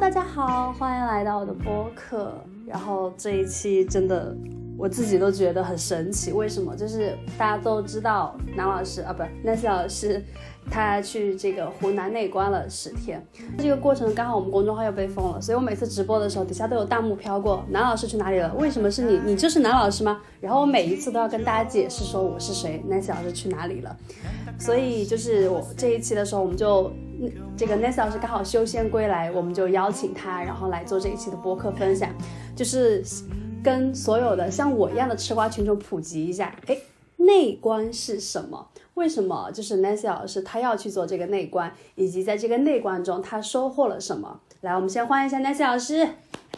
大家好，欢迎来到我的播客。然后这一期真的我自己都觉得很神奇，为什么？就是大家都知道南老师Nancy 老师他去这个湖南内关了10天，这个过程刚好我们公众号又被封了，所以我每次直播的时候底下都有弹幕飘过南老师去哪里了，为什么是你？你就是南老师吗？然后我每一次都要跟大家解释说我是谁，Nancy 老师去哪里了。所以就是我这一期的时候，我们就这个 Nancy 老师刚好修仙归来，我们就邀请他，然后来做这一期的播客分享，就是跟所有的像我一样的吃瓜群众普及一下，内关是什么？为什么就是 Nancy 老师他要去做这个内关，以及在这个内关中他收获了什么？来，我们先欢迎一下 Nancy 老师。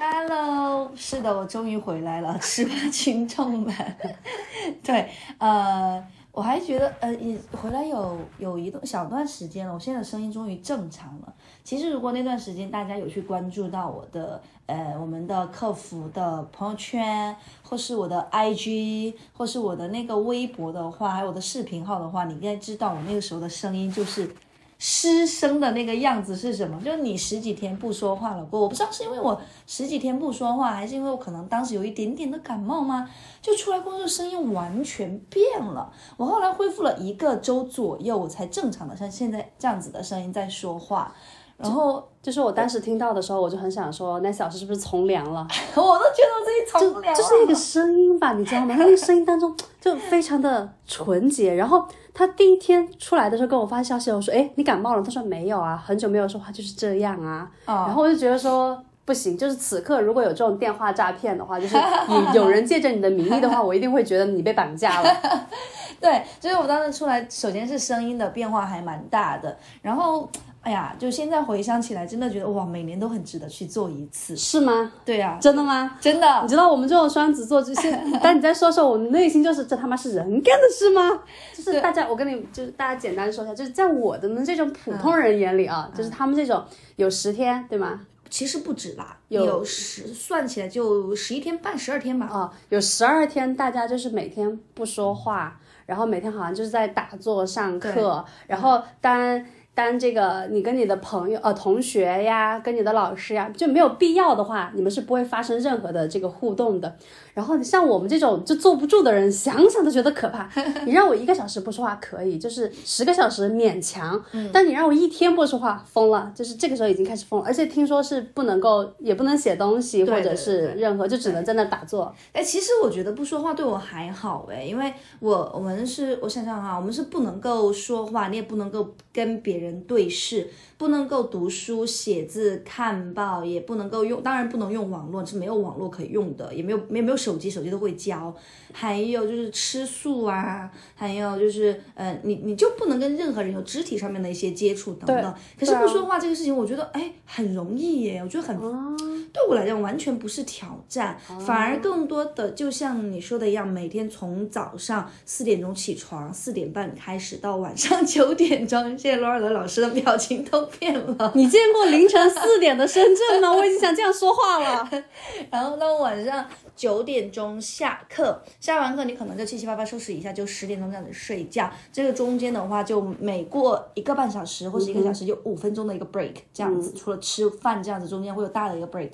Hello， 是的，我终于回来了，吃瓜群众们。对，我还觉得也回来有一小段时间了，我现在的声音终于正常了。其实如果那段时间大家有去关注到我们的客服的朋友圈，或是我的 IG， 或是我的那个微博的话，还有我的视频号的话，你应该知道我那个时候的声音就是失声的那个样子是什么？就是你10几天不说话了过，我不知道是因为我10几天不说话，还是因为我可能当时有一点点的感冒吗？就出来工作声音完全变了。我后来恢复了1个周左右，我才正常的像现在这样子的声音在说话。然后就是我当时听到的时候，我就很想说 Nancy 老师是不是从良了？ 我都觉得我自己从良了。 就是那个声音吧，你知道吗？他那个声音当中就非常的纯洁。然后他第一天出来的时候跟我发消息，我说你感冒了？他说没有啊，很久没有说话就是这样啊。然后我就觉得说不行，就是此刻如果有这种电话诈骗的话，就是有人借着你的名义的话，我一定会觉得你被绑架了。 对，所以我当时出来，首先是声音的变化还蛮大的，然后哎呀，就现在回想起来，真的觉得哇，每年都很值得去做一次。 是吗？ 对啊， 真的吗？ 真的。 你知道我们这种双子座这些，但你再说说，我内心就是这他妈是人干的事吗？就是大家，我跟你就是大家简单说一下，就是在我的这种普通人眼里啊，就是他们这种有10天，对吗？ 其实不止啦，有算起来就11天半、12天吧。 有12天，大家就是每天不说话，然后每天好像就是在打坐上课，然后当这个你跟你的朋友同学呀，跟你的老师呀，就没有必要的话，你们是不会发生任何的这个互动的。然后像我们这种就坐不住的人，想想都觉得可怕。你让我1个小时不说话可以，就是10个小时勉强，但你让我1天不说话，疯了。就是这个时候已经开始疯了，而且听说是不能够，也不能写东西，或者是任何，就只能在那打坐。 其实我觉得不说话对我还好因为我们是，我想想哈，我们是不能够说话，你也不能够跟别人对视，不能够读书写字看报，也不能够用，当然不能用网络，是没有网络可以用的，也没有手机都会教，还有就是吃素啊，还有就是你就不能跟任何人有肢体上面的一些接触等等。可是不说话这个事情，我觉得很容易耶，我觉得对我来讲完全不是挑战，反而更多的就像你说的一样，每天从早上4点钟起床，4点半开始到晚上9点钟，现在罗尔德老师的表情都变了。 你见过凌晨4点的深圳吗？我已经想这样说话了。 然后到晚上9点钟下课，下完课你可能就七七八八收拾一下，就10点钟这样子睡觉。这个中间的话，就每过1个半小时或是1个小时，就5分钟的一个 break 这样子。除了吃饭这样子，中间会有大的一个 break。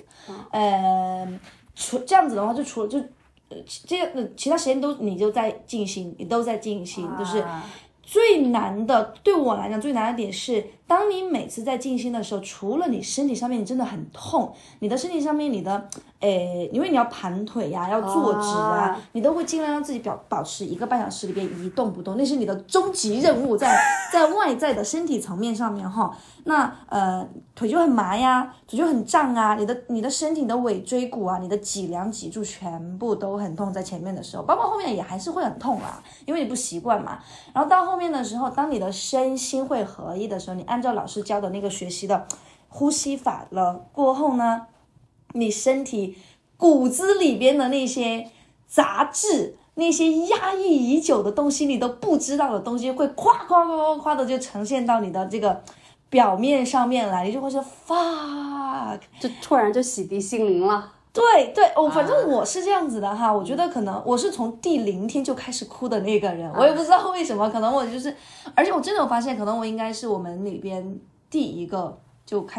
这样子的话，就除了其他时间你就在进行，你都在进行，就是最难的，对我来讲最难的点是，当你每次在静心的时候，除了你身体上面你真的很痛，你的身体上面你的因为你要盘腿呀，要坐直啊，你都会尽量让自己保持1个半小时里边一动不动，那是你的终极任务，在外在的身体层面上面哈。那腿就很麻呀，腿就很胀啊，你的身体你的尾椎骨啊，你的脊梁脊柱全部都很痛，在前面的时候，包括后面也还是会很痛啦，因为你不习惯嘛。然后到后面的时候，当你的身心会合一的时候，你按照老师教的那个学习的呼吸法了过后呢，你身体骨子里边的那些杂质，那些压抑已久的东西，你都不知道的东西，会夸的就呈现到你的这个表面上面来，你就会说 fuck， 就突然就洗涤心灵了。 对，反正我是这样子的哈，我觉得可能我是从第0天就开始哭的那个人，我也不知道为什么，可能我就是，而且我真的有发现，可能我应该是我们里边第一个就开始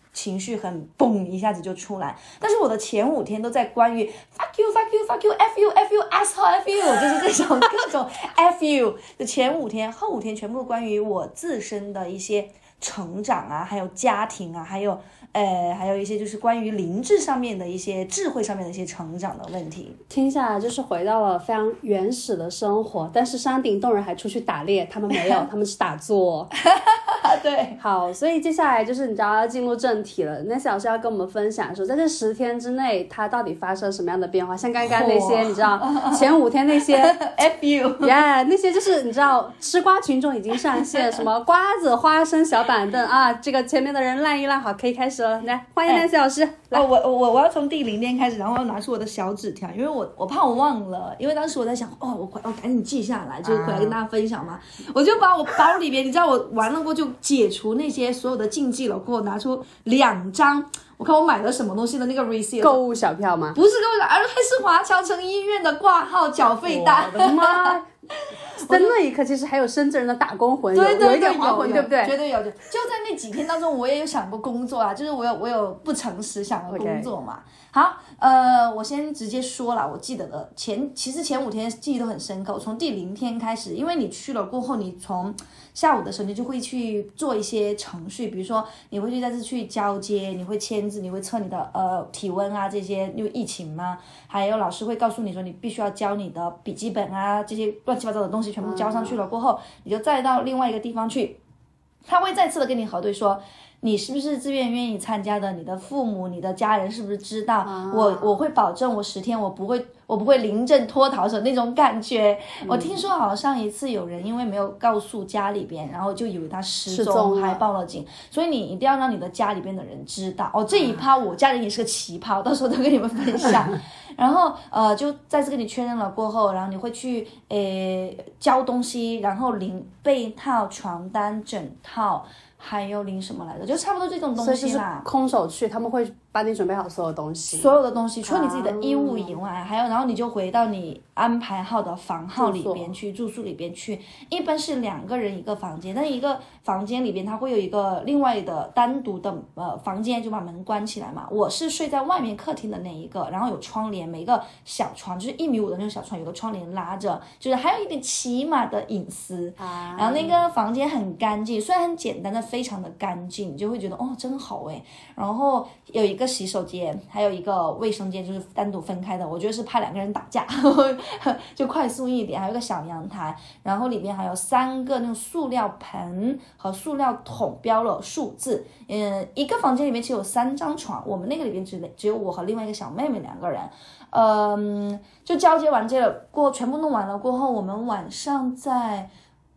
情绪很嘣一下子就出来。但是我的前5天都在关于 fuck you fuck you fuck you f you f you asshole f you， 就是这种各种 f you 的前5天，后5天全部关于我自身的一些成长啊，还有家庭啊，还有一些就是关于灵智上面的一些智慧上面的一些成长的问题。 听下来就是回到了非常原始的生活，但是山顶洞人还出去打猎，他们没有，他们是打坐。 对， 好，所以接下来就是你知道要进入正题了。Nancy 老师要跟我们分享说，在这10天之内，它到底发生什么样的变化？像刚刚那些，你知道前5天那些 F you， 那些就是你知道吃瓜群众已经上线，什么瓜子、花生、小板凳啊，这个前面的人烂一烂，好，可以开始了。来，欢迎Nancy老师。来， 我要从第0天开始，然后拿出我的小纸条，因为我怕我忘了，因为当时我在想，我赶紧记下来，就是回来跟大家分享嘛。我就把我包里面，你知道我完了过就解除那些所有的禁忌了，给我拿出2张。我看我买了什么东西的那个 receipt， 购物小票吗？ 不是购物小，而是华侨城医院的挂号缴费单。 我的妈！在那一刻，其实还有深圳人的打工魂，有一点华魂，对不对？ 绝对有。就在那几天当中，我也有想过工作啊，就是我有不诚实想过工作嘛。好，我先直接说了，我记得的其实前5天记忆都很深刻。从第0天开始，因为你去了过后，你从下午的时候你就会去做一些程序，比如说你会去再次去交接，你会签字，你会测你的体温啊这些，因为疫情嘛，还有老师会告诉你说你必须要交你的笔记本啊这些乱七八糟的东西全部交上去了过后，你就再到另外一个地方去，他会再次的跟你核对说你是不是自愿愿意参加的，你的父母你的家人是不是知道，我会保证我10天我不会临阵脱逃的那种感觉。我听说好像一次有人因为没有告诉家里边，然后就以为他失踪还报了警，所以你一定要让你的家里边的人知道。这一趴我家人也是个奇葩，到时候都跟你们分享。然后就再次跟你确认了过后，然后你会去交东西，然后领被套、床单、枕套，还有领什么来着？就差不多这种东西啦。 所以就是空手去，他们会帮你准备好所有东西， 所有的东西，除了你自己的衣物以外，还有然后你就回到你安排好的房号里边去，住宿里边去。一般是2个人一个房间，但一个房间里边它会有一个另外的单独的房间，就把门关起来嘛。我是睡在外面客厅的那一个，然后有窗帘，每个小床就是1.5米的那个小床，有个窗帘拉着，就是还有一点起码的隐私。然后那个房间很干净，虽然很简单，但非常的干净，你就会觉得真好哎。然后有一个洗手间，还有一个卫生间，就是单独分开的。我觉得是怕2个人打架，就快速一点。还有一个小阳台，然后里边还有3个那种塑料盆和塑料桶，标了数字。一个房间里面只有3张床，我们那个里边只有我和另外一个小妹妹2个人。就交接完这个过后，全部弄完了过后，我们晚上在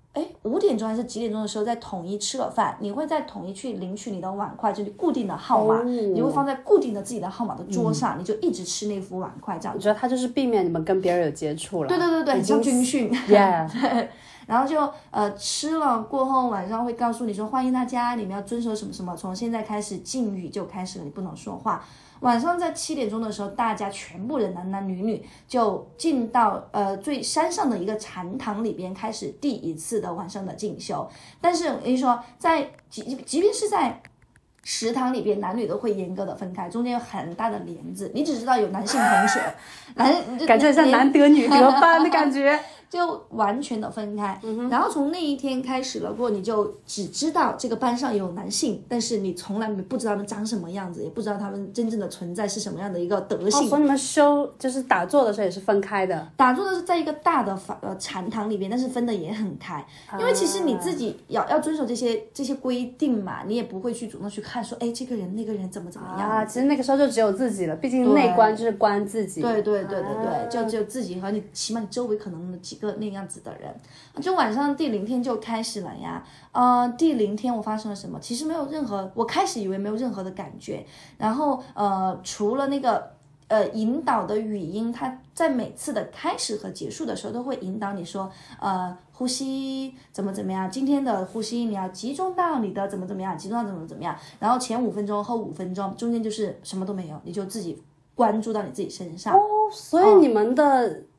5点钟还是几点钟的时候再统一吃了饭，你会再统一去领取你的碗筷，就是固定的号码，你会放在固定的自己的号码的桌上，你就一直吃那副碗筷这样。 我觉得他就是避免你们跟别人有接触了。 对，很像军训。 Yeah 然后就吃了过后，晚上会告诉你说欢迎大家，你们要遵守什么什么，从现在开始禁语就开始了，你不能说话。晚上在7点钟的时候，大家全部人男男女女就进到最山上的一个禅堂里边，开始第1次的晚上的进修。但是我跟你说，即便是在食堂里边，男女都会严格的分开，中间有很大的帘子，你只知道有男性同学， 感觉像男德女德班的感觉。 就完全的分开。然后从那一天开始了过，你就只知道这个班上有男性，但是你从来不知道他们长什么样子，也不知道他们真正的存在是什么样的一个德性。 所以你们就是打坐的时候也是分开的。 打坐的是在一个大的禅堂里边，但是分的也很开，因为其实你自己要遵守这些规定嘛，你也不会去主动去看说这个人那个人怎么样。 其实那个时候就只有自己了，毕竟内观就是观自己。 对，就只有自己和你，起码你周围可能几个那样子的人。就晚上第0天就开始了呀。第0天我发生了什么？其实没有任何，我开始以为没有任何的感觉，然后除了那个引导的语音，它在每次的开始和结束的时候都会引导你说呼吸怎么样，今天的呼吸你要集中到你的怎么样，集中到怎么样，然后前5分钟后5分钟中间就是什么都没有，你就自己关注到你自己身上。 所以你们的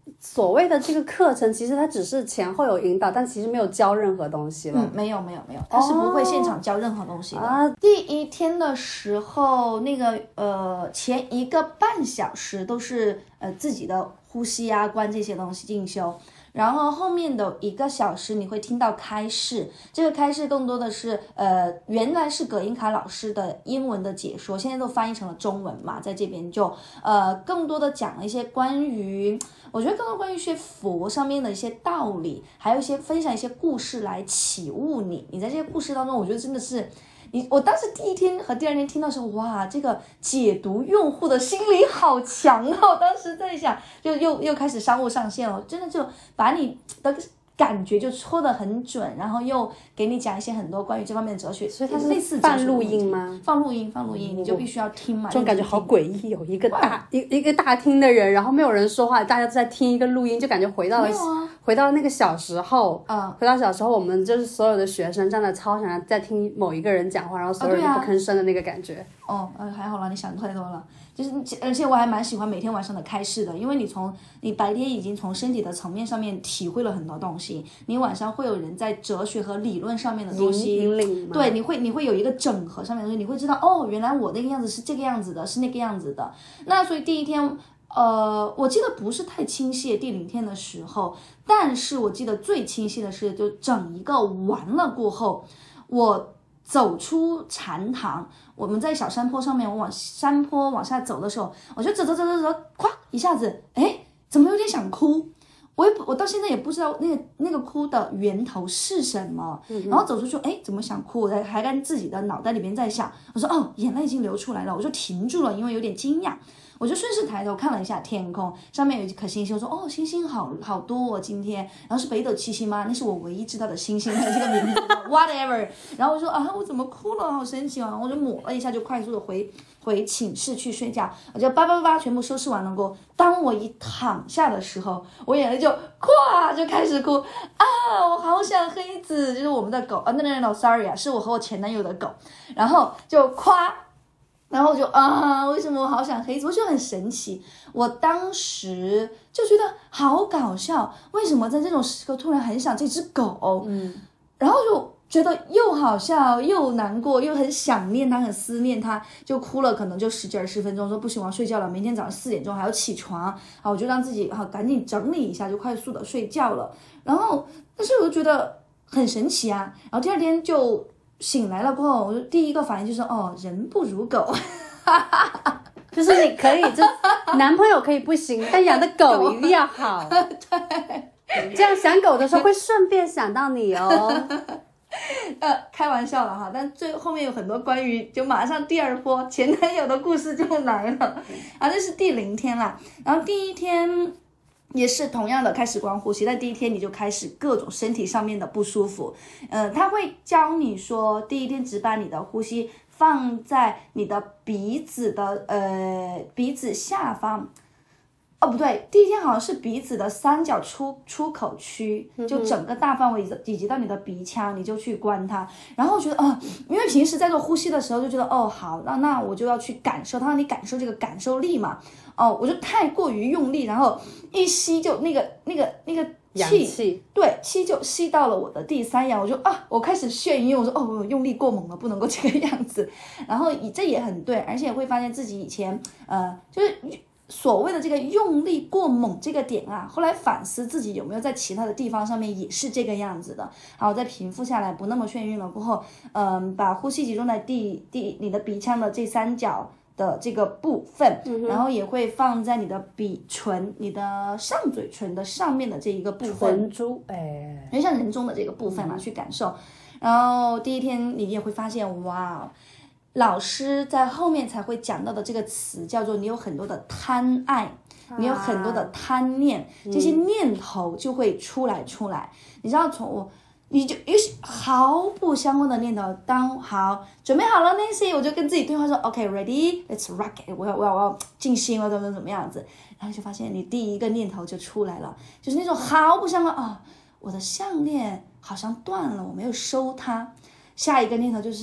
所谓的这个课程，其实它只是前后有引导，但其实没有教任何东西了。 没有，他是不会现场教任何东西的。第一天的时候，那个前1个半小时都是自己的呼吸啊、观这些东西进修。然后后面的1个小时你会听到开示，这个开示更多的是原来是葛英卡老师的英文的解说，现在都翻译成了中文嘛，在这边就更多的讲了一些关于，我觉得更多关于一些佛上面的一些道理，还有一些分享一些故事来启悟你在这些故事当中，我觉得真的是我当时第一天和第二天听到的时候，哇，这个解读用户的心理好强哦！当时在想，就又开始商务上线了，真的就把你的感觉就戳得很准，然后又给你讲一些很多关于这方面的哲学， 所以它是类似放录音吗？ 放录音，你就必须要听嘛。 这种感觉好诡异，有一个大厅的人，然后没有人说话，大家都在听一个录音，就感觉回到那个小时候，回到小时候，我们就是所有的学生站在操场上在听某一个人讲话，然后所有人都不吭声的那个感觉。 还好啦，你想太多了。就是，而且我还蛮喜欢每天晚上的开示的，因为你白天已经从身体的层面上面体会了很多东西，你晚上会有人在哲学和理论上面的东西引领， 对，你会有一个整合上面的东西，你会知道原来我那个样子是这个样子的，是那个样子的。那所以第一天，我记得不是太清晰第0天的时候，但是我记得最清晰的是，就整一个完了过后，我走出禅堂，我们在小山坡上面，我往山坡往下走的时候，我就走，咵一下子，怎么有点想哭？我到现在也不知道那个哭的源头是什么，然后走出去，怎么想哭？我还跟自己的脑袋里面在想，我说眼泪已经流出来了，我就停住了，因为有点惊讶。我就顺势抬头看了一下天空，上面有一颗星星，我说星星好多今天，然后是北斗七星吗？那是我唯一知道的星星的这个名字，whatever。然后我说我怎么哭了？好神奇啊！我就抹了一下，就快速的回寝室去睡觉，我就叭全部收拾完了过后，当我一躺下的时候，我眼泪就咵就开始哭我好想黑子，就是我们的狗no sorry 是我和我前男友的狗，然后就咵。然后我就为什么我好想黑子？我觉得很神奇。我当时就觉得好搞笑，为什么在这种时刻突然很想这只狗？然后就觉得又好笑又难过，又很想念它，很思念它，就哭了，可能就10几20分钟，说不行，我要睡觉了，明天早上4点钟还要起床。我就让自己赶紧整理一下，就快速的睡觉了。然后，但是我就觉得很神奇啊。然后第二天就醒来了过后，我就第一个反应就是人不如狗， 就是你可以，就男朋友可以不行，但养的狗一定要好。 对， 这样想狗的时候会顺便想到你哦。 开玩笑了哈，但最后面有很多关于就马上第二波前男友的故事就来了这是第0天啦。然后第1天也是同样的开始观呼吸，但第1天你就开始各种身体上面的不舒服。他会教你说，第1天只把你的呼吸放在你的鼻子下方。不对，第1天好像是鼻子的3角出口区，就整个大范围以及到你的鼻腔，你就去观它。然后我觉得因为平时在做呼吸的时候就觉得好，那我就要去感受它，让你感受这个感受力嘛。我就太过于用力，然后一吸就那个气，对，气就吸到了我的第3阳，我开始眩晕，我说我用力过猛了，不能够这个样子。然后这也很对，而且会发现自己以前就是所谓的这个用力过猛这个点后来反思自己有没有在其他的地方上面也是这个样子的。好，再平复下来，不那么眩晕了过后，把呼吸集中在你的鼻腔的这3角的这个部分，然后也会放在你的鼻唇、你的上嘴唇的上面的这一个部分， 唇珠， 就像人中的这个部分去感受。然后第1天你也会发现，哇，老师在后面才会讲到的这个词叫做你有很多的贪爱，你有很多的贪念，这些念头就会出来。你知道你就有些毫不相关的念头，当好准备好了 Nancy， 我就跟自己对话说 OK ready let's rock it， 我要静心了，怎么样子，然后就发现你第1个念头就出来了，就是那种毫不相关我的项链好像断了，我没有收它。下一个念头就是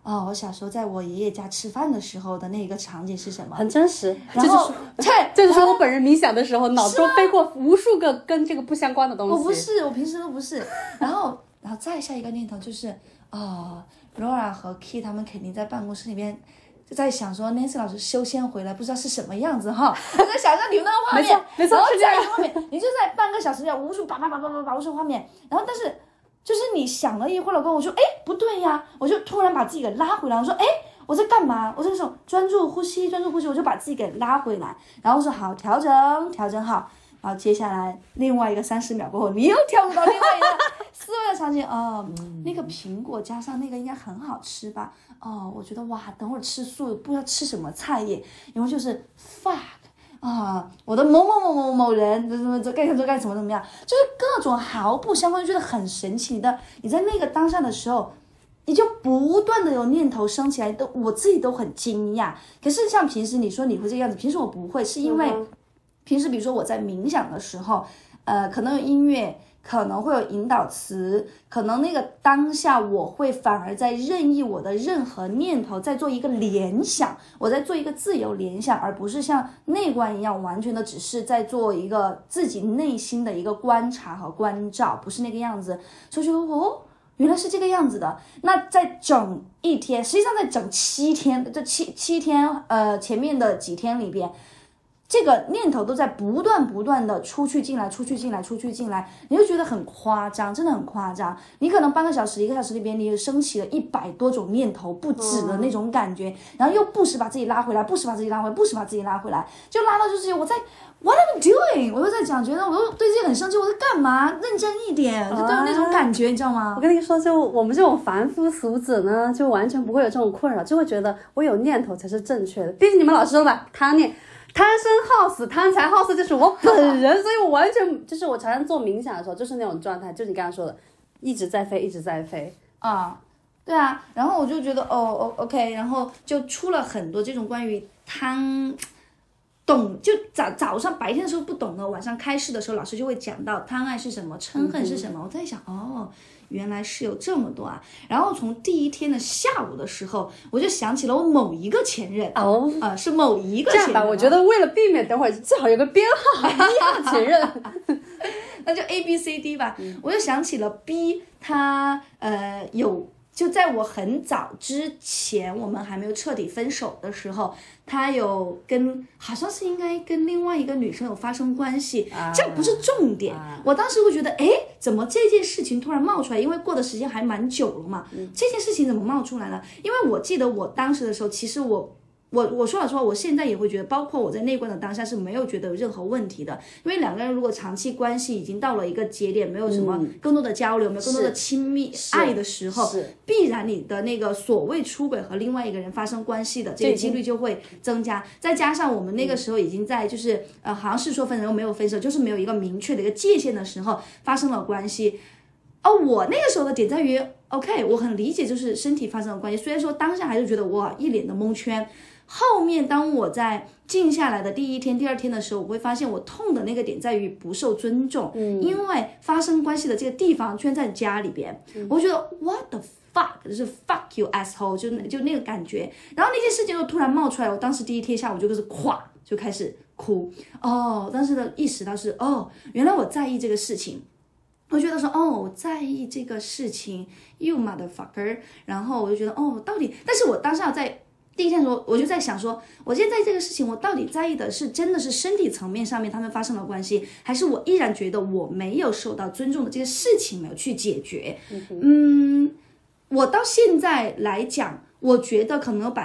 我小时候在我爷爷家吃饭的时候的那个场景是什么， 很真实。 然后这就是我本人冥想的时候脑中飞过无数个跟这个不相关的东西。 我不是，我平时都不是。然后再下一个念头就是Laura 和 Key 他们肯定在办公室里边就在想说 Nancy 老师修仙回来不知道是什么样子哈，我在想象你们那个画面， 没错， 然后是这样。 画面，你就在半个小时里无数无数画面，然后但是就是你想了一会儿了过后，我说不对呀，我就突然把自己给拉回来，我说我在干嘛？我这种专注呼吸，我就把自己给拉回来，然后说好，调整好，然后接下来另外一个30秒过后，你又跳入到另外一个思维的场景，那个苹果加上那个应该很好吃吧？我觉得哇，等会儿吃素不知道吃什么菜耶，然后就是 fuck。我的某人干什么样，就是各种毫不相关，就觉得很神奇的。你在那个当下的时候，你就不断的有念头升起来，我自己都很惊讶。可是像平时你说你会这个样子，平时我不会，是因为平时比如说我在冥想的时候，可能有音乐。可能会有引导词，可能那个当下我会反而在任意我的任何念头，在做一个联想，我在做一个自由联想，而不是像内观一样完全的只是在做一个自己内心的一个观察和关照，不是那个样子。所以觉得原来是这个样子的。那在整一天，实际上在整7天，这七天前面的几天里边，这个念头都在不断的出去进来，你就觉得很夸张，真的很夸张。你可能半个小时、1个小时里边，你升起了100多种念头不止的那种感觉，然后又不时把自己拉回来，就拉到就是我在 What am I doing？ 我又在讲，觉得我又对自己很生气，我在干嘛？认真一点，就都有那种感觉，你知道吗？ 我跟你说，就我们这种凡夫俗子呢，就完全不会有这种困扰，就会觉得我有念头才是正确的。毕竟你们老师说吧，贪生好死，贪财好色就是我本人，所以我完全就是我常常做冥想的时候就是那种状态，就是你刚刚说的，一直在飞对啊，然后我就觉得OK， 然后就出了很多这种关于懂，就早上白天的时候不懂的，晚上开示的时候老师就会讲到贪爱是什么，嗔恨是什么，我在想原来是有这么多啊！然后从第一天的下午的时候，我就想起了我某一个前任是某一个前任。 这样吧，我觉得为了避免等会儿最好有个编号1号前任， 那就 ABCD 吧。我就想起了 B， 他就在我很早之前，我们还没有彻底分手的时候，他有好像是应该跟另外一个女生有发生关系，这不是重点。我当时会觉得，怎么这件事情突然冒出来？因为过的时间还蛮久了嘛，这件事情怎么冒出来了？因为我记得我当时的时候，其实我说老实话，我现在也会觉得，包括我在内观的当下是没有觉得有任何问题的，因为两个人如果长期关系已经到了一个节点，没有什么更多的交流，没有更多的亲密爱的时候，必然你的那个所谓出轨和另外一个人发生关系的这个几率就会增加。再加上我们那个时候已经在就是好像是说分手又没有分手，就是没有一个明确的一个界限的时候发生了关系。我那个时候的点在于 ，OK， 我很理解，就是身体发生了关系。虽然说当下还是觉得我一脸的蒙圈，后面当我在静下来的第一天、第二天的时候，我会发现我痛的那个点在于不受尊重，因为发生关系的这个地方居然在家里边，我觉得 What the fuck， 就是 fuck you asshole， 就那个感觉。然后那件事情就突然冒出来，我当时第一天下午就开始哭，当时的意识到是原来我在意这个事情。我觉得说我在意这个事情 you motherfucker， 然后我就觉得到底，但是我当下在第一天的时候，我就在想说，我现在这个事情我到底在意的是真的是身体层面上面他们发生了关系，还是我依然觉得我没有受到尊重的这个事情没有去解决。我到现在来讲，我觉得可能有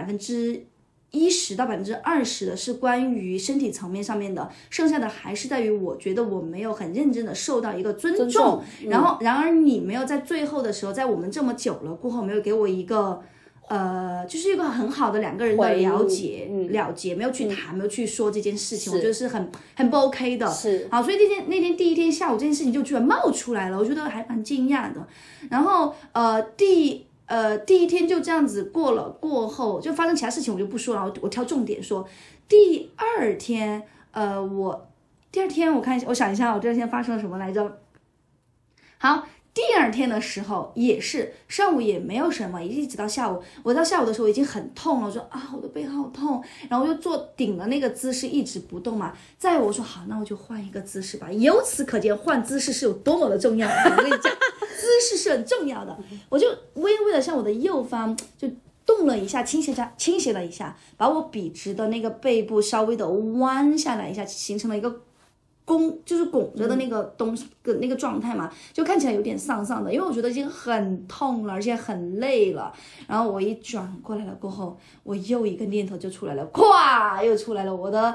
10%到20%的是关于身体层面上面的，剩下的还是在于我觉得我没有很认真的受到一个尊重，然而你没有在最后的时候，在我们这么久了过后，没有给我一个就是一个很好的两个人的了结，没有去谈，没有去说这件事情，我觉得是很不 OK 的。好，所以那天第一天下午这件事情就居然冒出来了，我觉得还蛮惊讶的。然后第一天就这样子过后就发生其他事情我就不说了，我挑重点说。第二天我看一下，我想一下我第二天发生了什么来着。好， 第二天的时候也是上午也没有什么，一直到下午，我到下午的时候已经很痛了，我说啊我的背好痛，然后我就坐顶了那个姿势一直不动嘛。再我说好，那我就换一个姿势吧。由此可见换姿势是有多么的重要。我跟你讲，姿势是很重要的。我就微微的向我的右方就动了一下，倾斜了一下，把我笔直的那个背部稍微的弯下来一下，形成了一个就是拱着的那个那个状态嘛，就看起来有点丧丧的，因为我觉得已经很痛了，而且很累了。然后我一转过来了过后，我又一个念头就出来了，咵又出来了，我的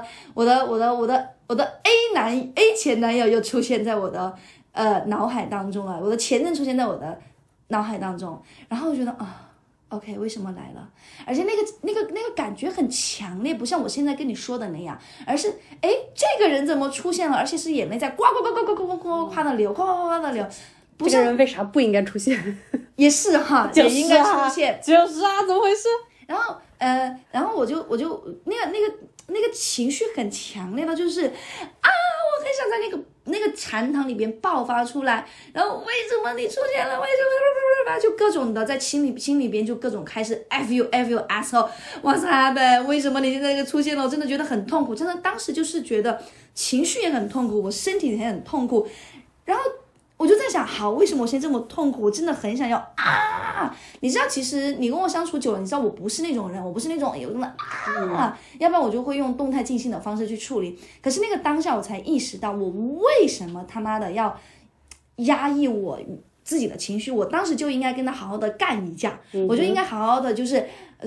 A 前男友又出现在我的脑海当中了，我的前任出现在我的脑海当中，然后我觉得OK， 为什么来了？而且那个感觉很强烈，不像我现在跟你说的那样，而是这个人怎么出现了？而且是眼泪在呱呱呱呱呱呱呱呱呱的流，呱呱呱的流。 这个人为啥不应该出现？ 也是哈， 就是也应该出现。 就是啊，怎么回事？ 然后我就那个情绪很强烈的，就是我很想在那个禅堂里边爆发出来，然后为什么你出现了？为什么？就各种的在心里边就各种开始 F you asshole， 哇塞呗，为什么你现在出现了？我真的觉得很痛苦，真的当时就是觉得情绪也很痛苦，我身体也很痛苦，然后我就在想，好，为什么我现在这么痛苦？我真的很想要你知道，其实你跟我相处久了，你知道我不是那种人，我不是那种有那么要不然我就会用动态静心的方式去处理。可是那个当下，我才意识到我为什么他妈的要压抑我自己的情绪。我当时就应该跟他好好的干一架，我就应该好好的就是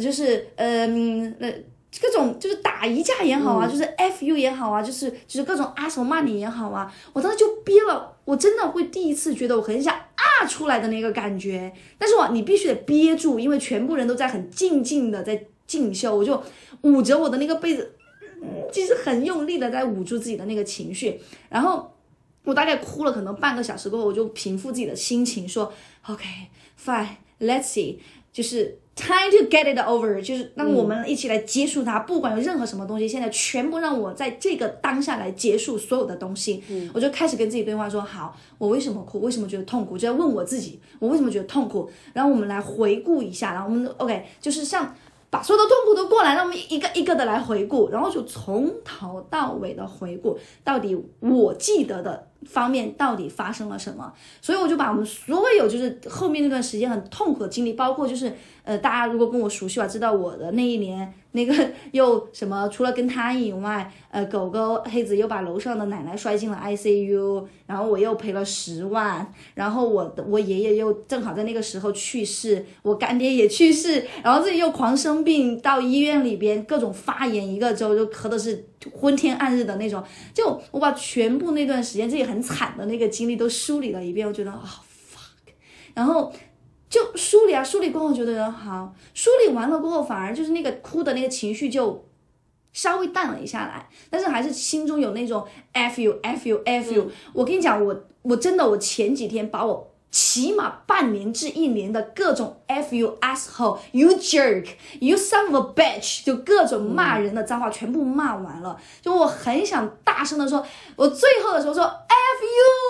各种就是打一架也好啊，就是 FU 也好啊，就是各种手骂你也好啊，我当时就憋了，我真的会第一次觉得我很想出来的那个感觉，但是你必须得憋住，因为全部人都在很静静的在静修，我就捂着我的那个被子，其实很用力的在捂住自己的那个情绪，然后我大概哭了可能半个小时过后，我就平复自己的心情，说 OK fine let's see， 就是 time to get it over， 就是让我们一起来结束它，不管有任何什么东西，现在全部让我在这个当下来结束所有的东西。我就开始跟自己对话说，好，我为什么哭？为什么觉得痛苦？就在问我自己，我为什么觉得痛苦？然后我们来回顾一下，然后我们 OK， 就是像把所有的痛苦都过来，让我们一个一个的来回顾，然后就从头到尾的回顾，到底我记得的方面到底发生了什么。所以我就把我们所有就是后面那段时间很痛苦的经历，包括就是大家如果跟我熟悉吧，知道我的那一年那个又什么，除了跟他以外，狗狗黑子又把楼上的奶奶摔进了 ICU， 然后我又赔了10万，然后我爷爷又正好在那个时候去世，我干爹也去世，然后自己又狂生病，到医院里边各种发炎，一个周就咳的是昏天暗日的那种，就我把全部那段时间这也很惨的那个经历都梳理了一遍，我觉得fuck， 然后就梳理过后觉得好，梳理完了过后反而就是那个哭的那个情绪就稍微淡了一下来，但是还是心中有那种 F you， 我跟你讲，我真的我前几天把我起码半年至1年的各种 F you asshole you jerk you son of a bitch 就各种骂人的脏话全部骂完了，就我很想大声的说，我最后的时候说 F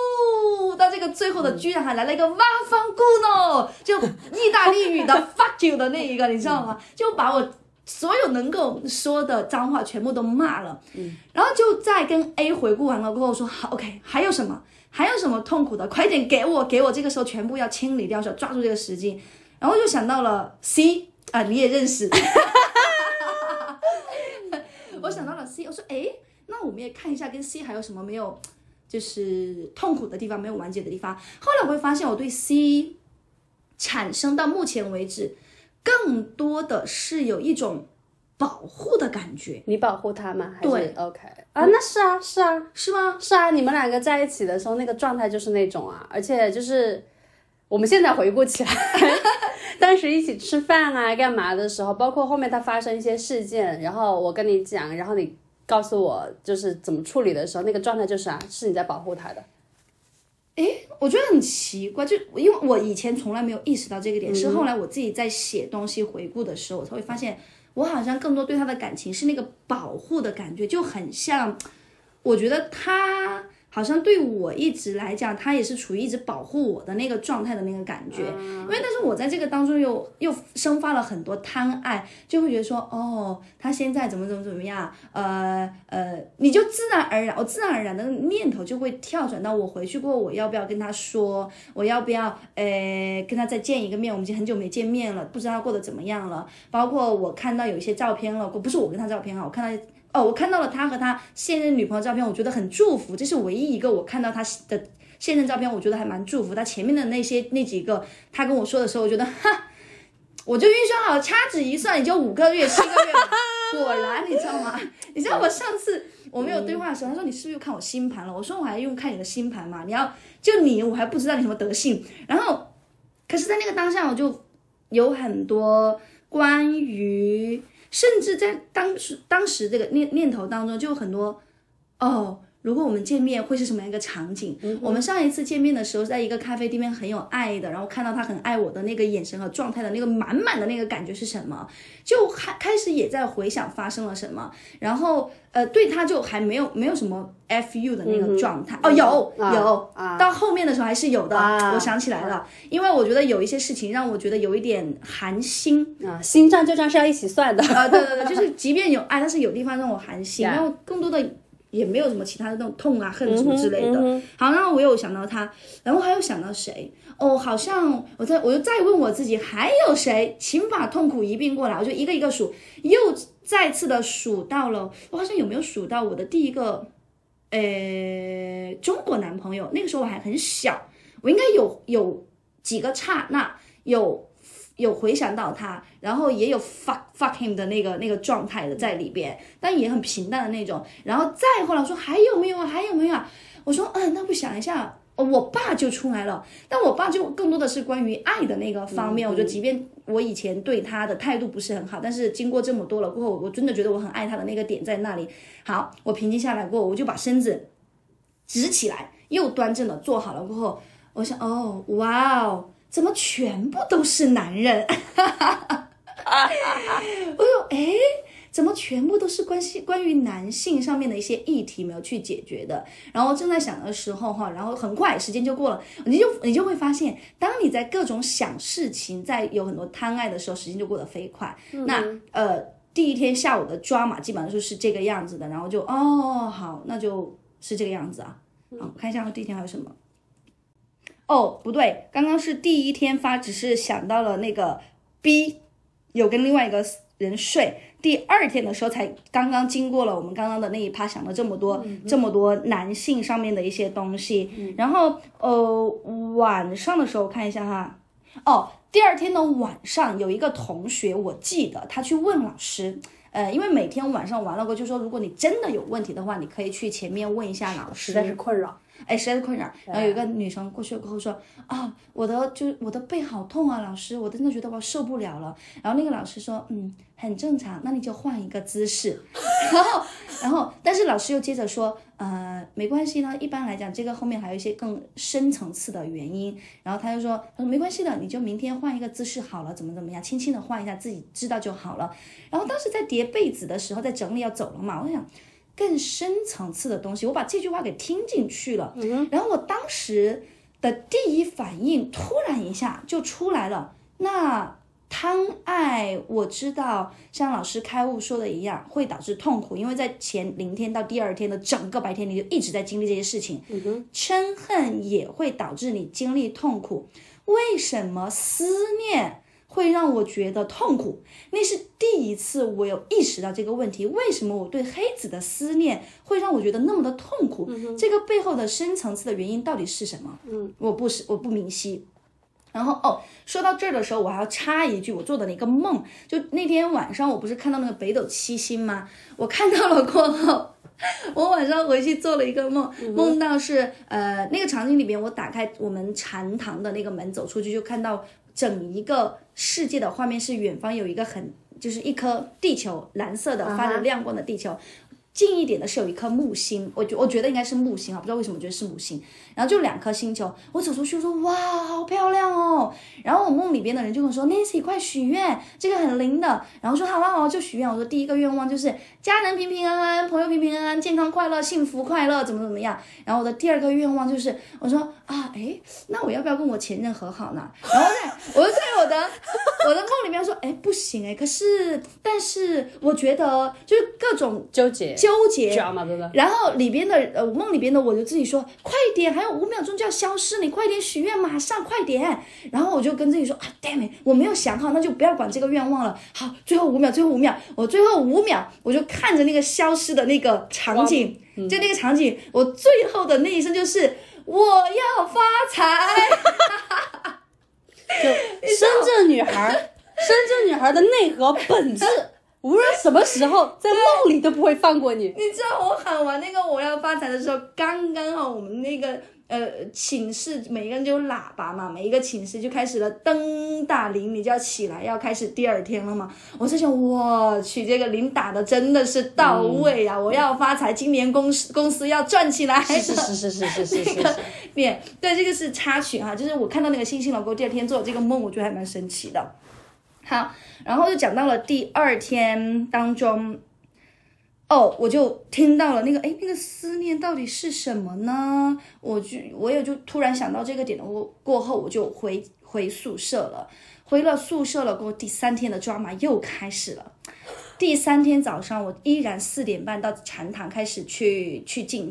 you， 到这个最后的居然还来了一个哇方古诺，就意大利语的 fuck you 的那一个你知道吗，就把我所有能够说的脏话全部都骂了，然后就在跟 A 回顾完了过后说好 OK 还有什么痛苦的，快点给我，这个时候全部要清理掉，抓住这个时机，然后就想到了 C 你也认识我想到了 C， 我说那我们也看一下跟 C 还有什么没有就是痛苦的地方，没有完结的地方。后来我会发现我对 C 产生到目前为止更多的是有一种保护的感觉。 你保护他吗？还是对 OK 那是啊是吗？ 是啊，你们两个在一起的时候那个状态就是那种而且就是我们现在回顾起来当时一起吃饭干嘛的时候，包括后面他发生一些事件，然后我跟你讲，然后你告诉我就是怎么处理的时候，那个状态就是是你在保护他的。 我觉得很奇怪，就因为我以前从来没有意识到这个点，是后来我自己在写东西回顾的时候，我才会发现我好像更多对他的感情是那个保护的感觉，就很像我觉得他好像对我一直来讲，他也是处于一直保护我的那个状态的那个感觉，因为但是我在这个当中又生发了很多贪爱，就会觉得说，哦，他现在怎么样，你就自然而然，我自然而然的念头就会跳转到我回去过后，我要不要跟他说，我要不要跟他再见一个面，我们已经很久没见面了，不知道他过得怎么样了，包括我看到有一些照片了，不是我跟他照片啊，我看到了他和他现任女朋友照片，我觉得很祝福，这是唯一一个我看到他的现任照片，我觉得还蛮祝福。他前面的那几个，他跟我说的时候，我觉得我就运算好，掐指一算，也就5个月、7个月吧。果然，你知道吗？你知道我上次我们有对话的时候，他说你是不是又看我星盘了？我说我还用看你的星盘嘛？我还不知道你什么德性。然后，可是，在那个当下，我就有很多关于。甚至在当时这个念头当中，就有很多如果我们见面会是什么样一个场景？我们上一次见面的时候，在一个咖啡店很有爱的，然后看到他很爱我的那个眼神和状态的那个满满的那个感觉是什么？就开始也在回想发生了什么，然后对他就还没有什么 FU 的那个状态。有到后面的时候还是有的，我想起来了，因为我觉得有一些事情让我觉得有一点寒心心账旧账是要一起算的对，就是即便有爱，但是有地方让我寒心，然后更多的也没有什么其他的那种痛啊恨什么之类的。好，然后我有想到他，然后还有想到谁？好像我又再问我自己，还有谁？请把痛苦一并过来，我就一个一个数，又再次的数到了，我好像有没有数到我的第一个中国男朋友？那个时候我还很小，我应该有几个刹那有回想到他，然后也有 fuck him 的那个状态的在里边，但也很平淡的那种。然后再后来我说还有没有啊？我说那我想一下，我爸就出来了，但我爸就更多的是关于爱的那个方面。我觉得即便我以前对他的态度不是很好，但是经过这么多了过后，我真的觉得我很爱他的那个点在那里。好，我平静下来过后，我就把身子直起来，又端正的坐好了过后，我想哇哦，怎么全部都是男人？我说怎么全部都是关于男性上面的一些议题没有去解决的？然后正在想的时候然后很快时间就过了，你就会发现，当你在各种想事情，在有很多贪爱的时候，时间就过得飞快。那第一天下午的抓马基本上就是这个样子的，然后就好，那就是这个样子啊。好，看一下第一天还有什么。不对，刚刚是第一天发，只是想到了那个 B 有跟另外一个人睡，第二天的时候才刚刚经过了我们刚刚的那一趴，想了这么多男性上面的一些东西。然后晚上的时候看一下哈，第二天的晚上有一个同学，我记得他去问老师。因为每天晚上完了过，就说如果你真的有问题的话，你可以去前面问一下老师。 实在是困扰。 实在是困扰。然后有一个女生过去了过后说我的背好痛啊，老师，我真的觉得我受不了了。然后那个老师说很正常，那你就换一个姿势。然后但是老师又接着说没关系呢，一般来讲这个后面还有一些更深层次的原因。然后他说没关系的，你就明天换一个姿势好了，怎么样，轻轻的换一下，自己知道就好了。然后当时在叠被子的时候，在整理要走了嘛，我想更深层次的东西，我把这句话给听进去了。然后我当时的第一反应突然一下就出来了，那贪爱我知道像老师开悟说的一样会导致痛苦，因为在前0天到第2天的整个白天你就一直在经历这些事情。嗔恨也会导致你经历痛苦。为什么思念会让我觉得痛苦？那是第一次我有意识到这个问题，为什么我对黑子的思念会让我觉得那么的痛苦？这个背后的深层次的原因到底是什么？我不明晰。然后说到这儿的时候，我还要插一句我做的那个梦。就那天晚上我不是看到那个北斗七星吗？我看到了过后，我晚上回去做了一个梦，梦到是那个场景里边，我打开我们禅堂的那个门走出去，就看到整一个世界的画面是远方有一个就是一颗地球，蓝色的发着亮光的地球。 近一点的是有一颗木星，我觉得应该是木星啊，不知道为什么觉得是木星。然后就2颗星球，我走出去说哇，好漂亮哦。然后我梦里边的人就跟我说 Nancy 快许愿，这个很灵的。然后说好啊，就许愿。我说第一个愿望就是家人平平安安，朋友平平安安，健康快乐，幸福快乐，怎么样。然后我的第2个愿望就是我说那我要不要跟我前任和好呢？然后我就在我的梦里面说不行但是我觉得就是各种纠结 drama 真的。然后里边的我梦里边的我就自己说快点，还有5秒钟就要消失，你快点许愿，马上快点。然后我就跟自己说damn it， 我没有想好，那就不要管这个愿望了。好，最后5秒，我最后5秒我就看着那个消失的那个场景，就那个场景，我最后的那一声就是我要发财。 就深圳女孩的内核本质，无论什么时候在梦里都不会放过你。 你知道我喊完那个我要发财的时候，刚刚好我们那个寝室每个人就有喇叭嘛，每一个寝室就开始了灯打铃，你就要起来，要开始第2天了嘛。我在想，我去，这个铃打的真的是到位啊！我要发财，今年公司要赚起来。 是。 对，这个是插曲哈，就是我看到那个星星老公第2天做这个梦，我觉得还蛮神奇的。好，然后就讲到了第2天当中。我就听到了那个思念到底是什么呢？我也就突然想到这个点了。过后我就回宿舍了，回了宿舍了。过后第3天的 drama 又开始了。第3天早上，我依然4点半到禅堂开始去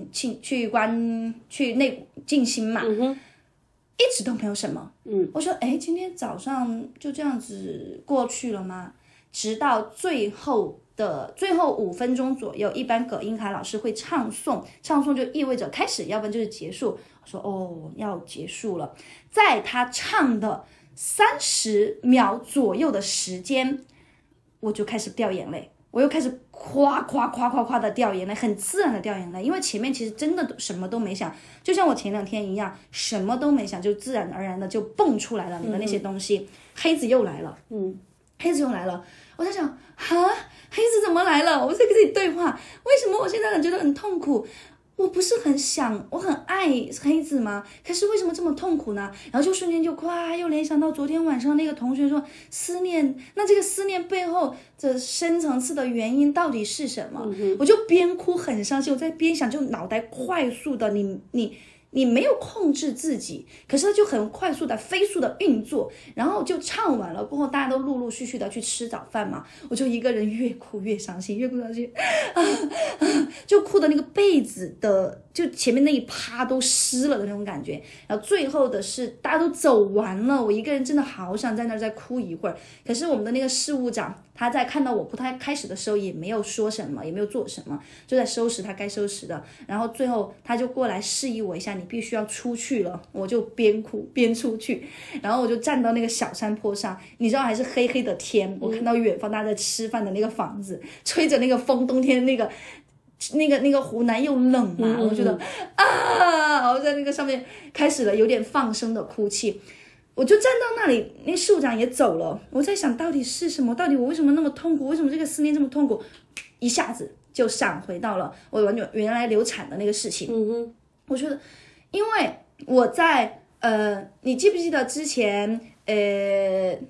内静心嘛，一直都没有什么。我说今天早上就这样子过去了吗？直到最后5分钟左右，一般葛英凯老师会唱诵就意味着开始，要不然就是结束。我说要结束了，在他唱的30秒左右的时间，我就开始掉眼泪，我又开始夸的掉眼泪，很自然的掉眼泪，因为前面其实真的什么都没想，就像我前2天一样，什么都没想，就自然而然的就蹦出来了你的那些东西。黑子又来了，我在想黑子怎么来了？我在跟自己对话，为什么我现在觉得很痛苦？我不是很想，我很爱黑子吗？可是为什么这么痛苦呢？然后就瞬间就又联想到昨天晚上那个同学说思念，那这个思念背后的深层次的原因到底是什么？我就边哭很伤心，我在边想，就脑袋快速的你没有控制自己，可是它就很快速的飞速的运作，然后就唱完了过后，大家都陆陆续续的去吃早饭嘛，我就一个人越哭越伤心，就哭的那个被子的就前面那一趴都湿了的那种感觉。然后最后的是大家都走完了，我一个人真的好想在那儿再哭一会儿。可是我们的那个事务长他在看到我哭，他开始的时候也没有说什么，也没有做什么，就在收拾他该收拾的。然后最后他就过来示意我一下，你必须要出去了。我就边哭边出去，然后我就站到那个小山坡上，你知道还是黑黑的天，我看到远方大家在吃饭的那个房子，吹着那个风，冬天那个湖南又冷嘛，我觉得我在那个上面开始了有点放声的哭泣。我就站到那里，那事务长也走了，我在想到底是什么，到底我为什么那么痛苦，为什么这个思念这么痛苦，一下子就闪回到了我原来流产的那个事情。我觉得因为我在你记不记得之前A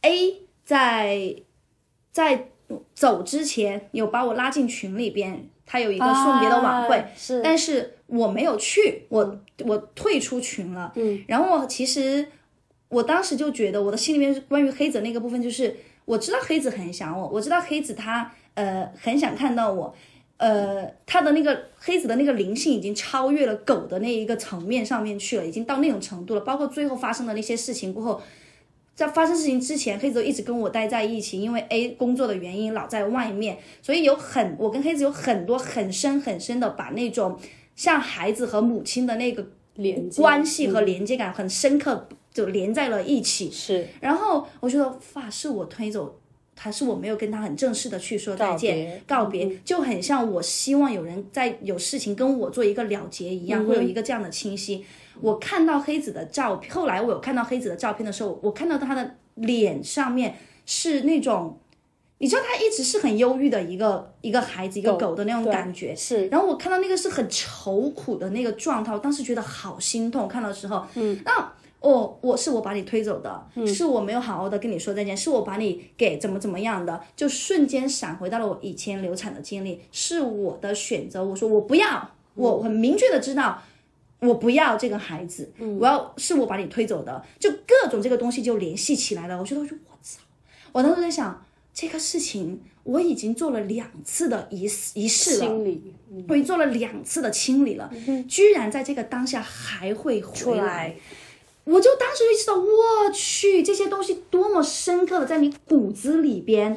在走之前有把我拉进群里边，他有一个送别的晚会，但是我没有去，我退出群了。然后其实我当时就觉得我的心里面关于黑子那个部分，就是我知道黑子很想我，我知道黑子他很想看到我，他的那个黑子的那个灵性已经超越了狗的那一个层面上面去了，已经到那种程度了。包括最后发生的那些事情过后，在发生事情之前，黑子一直跟我待在一起，因为 A 工作的原因老在外面，所以我跟黑子有很多很深很深的把那种像孩子和母亲的那个关系和连接感很深刻，就连在了一起。 是， 然后我觉得是我推走他，是我没有跟他很正式的去说再见告别，就很像我希望有人在有事情跟我做一个了结一样，会有一个这样的清晰。我看到黑子的照片，后来我有看到黑子的照片的时候，我看到他的脸上面是那种你知道他一直是很忧郁的一个孩子，一个狗的那种感觉。 是。 然后我看到那个是很愁苦的那个状态，我当时觉得好心痛，看到的时候，那我把你推走的，是我没有好好的跟你说再见，是我把你给怎么样的，就瞬间闪回到了我以前流产的经历，是我的选择。我说我不要，我很明确的知道。我不要这个孩子，是我把你推走的，就各种这个东西就联系起来了。我觉得我操，我当时在想这个事情我已经做了2次的仪式了， 清理， 我已经做了2次的清理了，居然在这个当下还会回来。我就当时就意识到，我去，这些东西多么深刻的在你骨子里边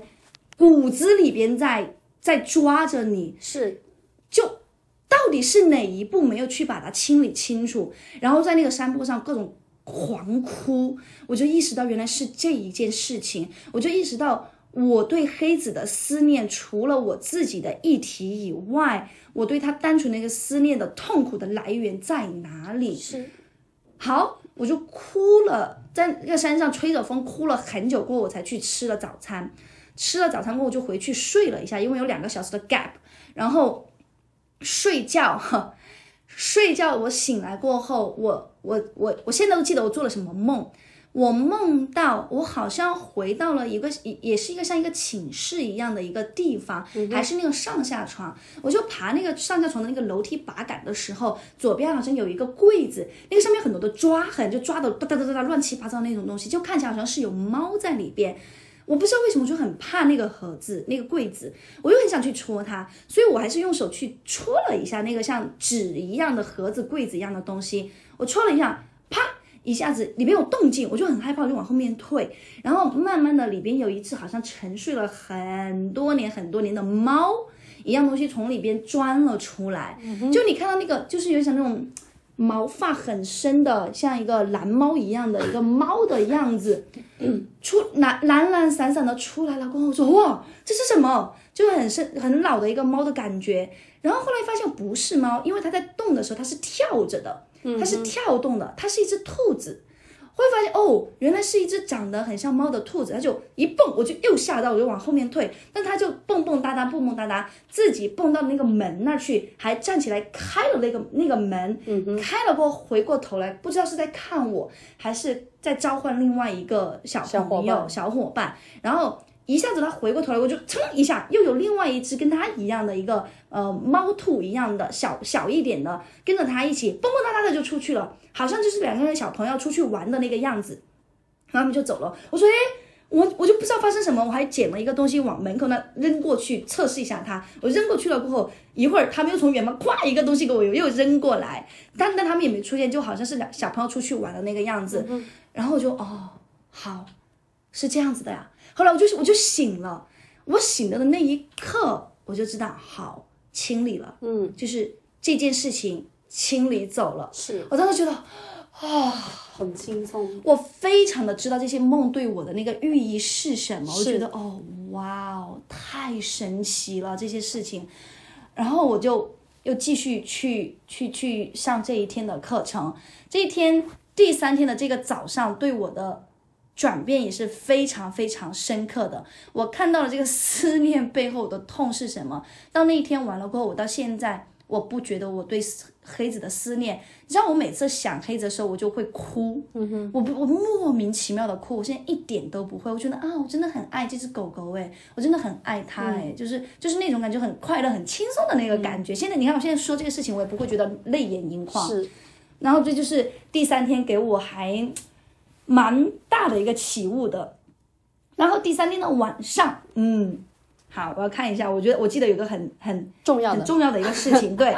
在抓着你， 是就。到底是哪一步没有去把它清理清楚，然后在那个山坡上各种狂哭，我就意识到原来是这一件事情，我就意识到我对黑子的思念除了我自己的议题以外，我对他单纯的一个思念的痛苦的来源在哪里。 是， 好，我就哭了，在那个山上吹着风哭了很久过后，我才去吃了早餐。吃了早餐过后就回去睡了一下，因为有2个小时的 gap， 然后睡觉，我醒来过后，我现在都记得我做了什么梦。我梦到我好像回到了一个也是一个像一个寝室一样的一个地方，还是那个上下床。我就爬那个上下床的那个楼梯把杆的时候，左边好像有一个柜子，那个上面很多的抓痕，就抓的哒哒哒哒乱七八糟那种东西，就看起来好像是有猫在里边。我不知道为什么就很怕那个盒子那个柜子，我又很想去戳它，所以我还是用手去戳了一下那个像纸一样的盒子柜子一样的东西，我戳了一下，啪一下子里边有动静，我就很害怕，我就往后面退，然后慢慢的里边有一只好像沉睡了很多年的猫一样东西从里边钻了出来，就你看到那个就是有点那种毛发很深的像一个蓝猫一样的一个猫的样子懒散散的出来了过后，我说哇这是什么，就很老的一个猫的感觉。然后后来发现不是猫，因为它在动的时候它是跳着的，它是跳动的，它是一只兔子。会发现哦，原来是一只长得很像猫的兔子，它就一蹦，我就又吓到，我就往后面退，但它就蹦蹦哒哒，自己蹦到那个门那儿去，还站起来开了那个门，开了过后回过头来，不知道是在看我，还是在召唤另外一个小朋友小伙伴，然后一下子他回过头来，我就噌一下，又有另外一只跟他一样的一个猫兔一样的小一点的，跟着他一起蹦蹦哒哒的就出去了，好像就是2个人小朋友出去玩的那个样子，然后他们就走了。我说我就不知道发生什么，我还捡了一个东西往门口那扔过去测试一下它，我扔过去了过后，一会儿他们又从远方咵一个东西给我又扔过来，但他们也没出现，就好像是小朋友出去玩的那个样子，然后我就好是这样子的呀。后来我就醒了，我醒了的那一刻我就知道好清理了，就是这件事情清理走了。 是我当时觉得很轻松， 我非常的知道这些梦对我的那个寓意是什么，我觉得哇哦太神奇了这些事情。然后我就又继续去上这一天的课程。这一天第3天的这个早上对我的转变也是非常非常深刻的，我看到了这个思念背后的痛是什么。到那一天完了过后，我到现在我不觉得我对黑子的思念，你知道我每次想黑子的时候我就会哭，我莫名其妙的哭，我现在一点都不会，我觉得我真的很爱这只狗狗我真的很爱它就是那种感觉很快乐很轻松的那个感觉。现在你看我现在说这个事情我也不会觉得泪眼盈眶。 是， 然后这就是第3天给我还蛮大的一个启悟的。然后第3天的晚上，好，我要看一下，我记得有个很重要的一个事情，对，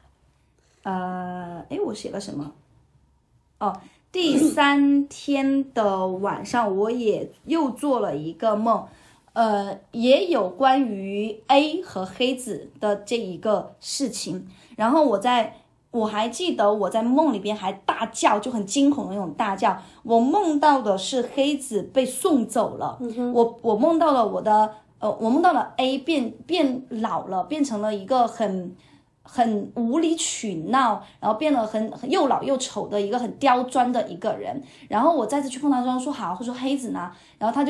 我写了什么？第3天的晚上，我也又做了一个梦，也有关于 A 和黑子的这一个事情。然后我还记得我在梦里边还大叫，就很惊恐的那种大叫。我梦到的是黑子被送走了，我梦到了我梦到了 A 变老了，变成了一个很无理取闹，然后变了很又老又丑的一个很刁钻的一个人。然后我再次去碰他说好，或者说黑子呢，然后他就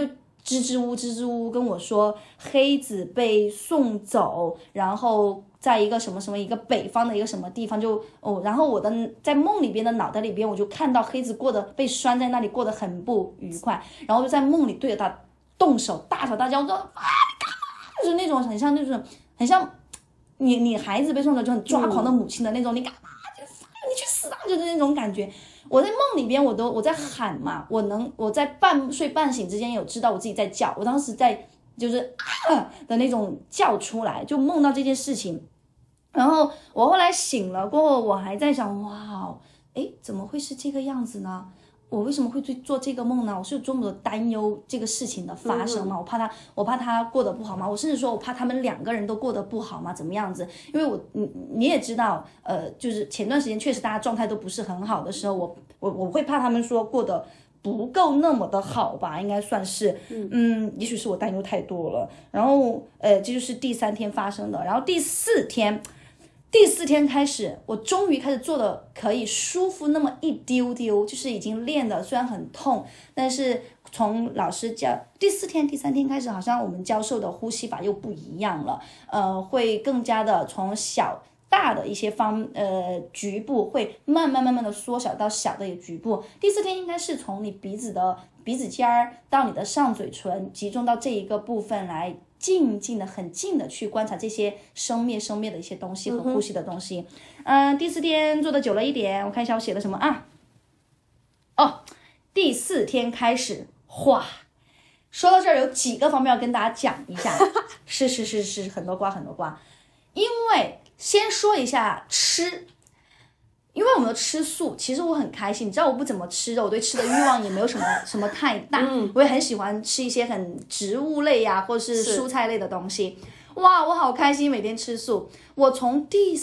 支支吾吾跟我说黑子被送走，然后在一个什么什么一个北方的一个什么地方然后我的在梦里边的脑袋里边我就看到黑子被拴在那里过得很不愉快，然后就在梦里对着他动手大吵大叫，我说啊你干嘛，就是那种很像你孩子被送走就很抓狂的母亲的那种，你干嘛你去死啊，就是那种感觉。我在梦里边我在喊嘛，我在半睡半醒之间有知道我自己在叫，我当时在就是的那种叫出来，就梦到这件事情。然后我后来醒了过后，我还在想，哇，怎么会是这个样子呢？我为什么会做这个梦呢？我是有多么的担忧这个事情的发生吗？我怕他过得不好吗？我甚至说我怕他们2个人都过得不好吗？怎么样子？因为你也知道，就是前段时间确实大家状态都不是很好的时候，我会怕他们说过得不够那么的好吧，应该算是，也许是我担忧太多了。然后这就是第3天发生的，然后第4天开始，我终于开始做的可以舒服那么一丢丢，就是已经练的虽然很痛，但是从老师教第3天开始，好像我们教授的呼吸法又不一样了，会更加的从大的一些局部会慢慢的缩小到小的一个局部。第4天应该是从你鼻子尖儿到你的上嘴唇，集中到这一个部分来。很近的去观察这些生灭的一些东西和呼吸的东西。第4天做的久了一点，我看一下我写的什么啊。第4天开始画。说到这儿有几个方面要跟大家讲一下。是很多瓜。因为先说一下吃。因为我们都吃素，其实我很开心。你知道我不怎么吃肉，我对吃的欲望也没有什么太大。我也很喜欢吃一些很植物类呀，或是蔬菜类的东西。哇，我好开心，每天吃素。我从第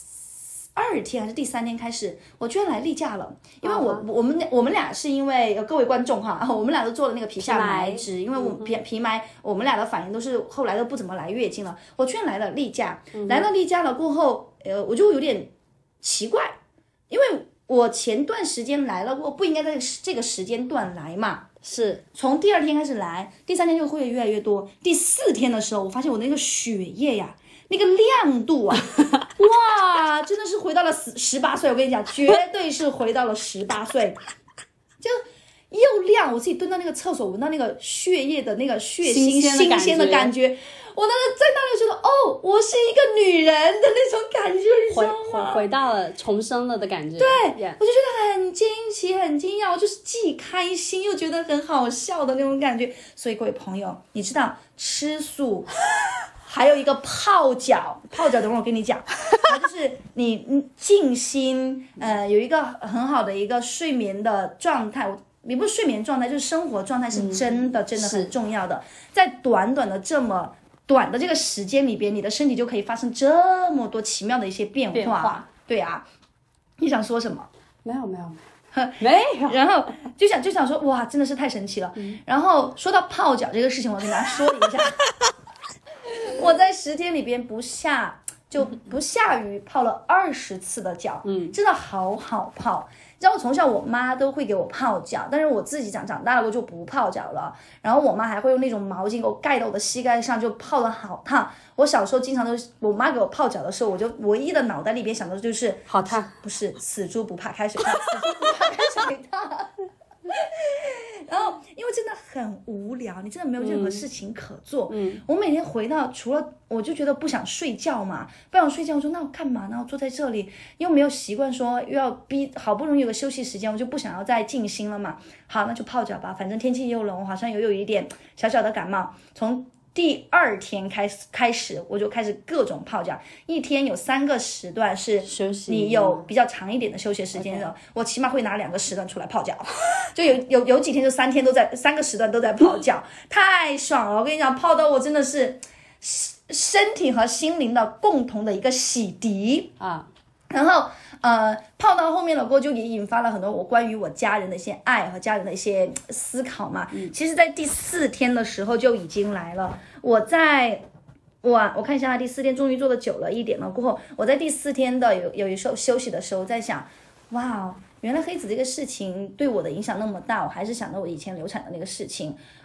2天还是第3天开始，我居然来例假了。因为我们俩是因为各位观众哈，我们俩都做了那个皮下埋植，因为我皮埋，我们俩的反应都是后来都不怎么来月经了。我居然来了例假，来了例假了过后，我就有点奇怪。因为我前段时间来了，我不应该在这个时间段来嘛。 是从第2天开始来，第3天就会越来越多。第4天的时候，我发现我那个血液呀，那个亮度啊，哇，真的是回到了18岁。我跟你讲，绝对是回到了18岁，就又亮。我自己蹲到那个厕所，闻到那个血液的那个血腥新鲜的感觉。我当时在那里觉得，我是一个女人的那种感觉，你知道吗？ 回到了重生了的感觉。 对，我就觉得很惊奇、很惊讶，我就是既开心又觉得很好笑的那种感觉。所以各位朋友，你知道吃素还有一个泡脚，等会儿我跟你讲，就是你静心，有一个很好的一个睡眠的状态。也不是睡眠状态，就是生活状态是真的很重要的。在短的这个时间里边，你的身体就可以发生这么多奇妙的一些变化。对啊，你想说什么？ 没有。 然后就想说，哇，真的是太神奇了。然后说到泡脚这个事情，我跟大家说一下，我在10天里边不下于泡了20次的脚，真的好好泡。你知道我从小我妈都会给我泡脚，但是我自己长大了我就不泡脚了。然后我妈还会用那种毛巾给我盖到我的膝盖上，就泡得好烫。我小时候经常都是我妈给我泡脚的时候，我就唯一的脑袋里边想的就是好烫， 不是死猪不怕开水烫，死猪不怕开水烫。然后因为真的很无聊，你真的没有任何事情可做。我每天回到，除了我就觉得不想睡觉嘛，不想睡觉，我说那我干嘛呢？我坐在这里又没有习惯说又要好不容易有个休息时间，我就不想要再静心了嘛。好，那就泡脚吧，反正天气又冷，我好像有一点小小的感冒。从第2天开始，我就开始各种泡脚，一天有3个时段是你有比较长一点的休息时间的，我起码会拿2个时段出来泡脚，就有几天就3个时段都在泡脚，太爽了！我跟你讲，泡到我真的是身体和心灵的共同的一个洗涤啊。然后泡到后面了过后，就也引发了很多我关于我家人的一些爱和家人的一些思考嘛。其实在第4天的时候就已经来了。我看一下第4天终于做的久了一点了过后，我在第4天的有一时候休息的时候在想，哇，原来黑子这个事情对我的影响那么大。我还是想到我以前流产的那个事情，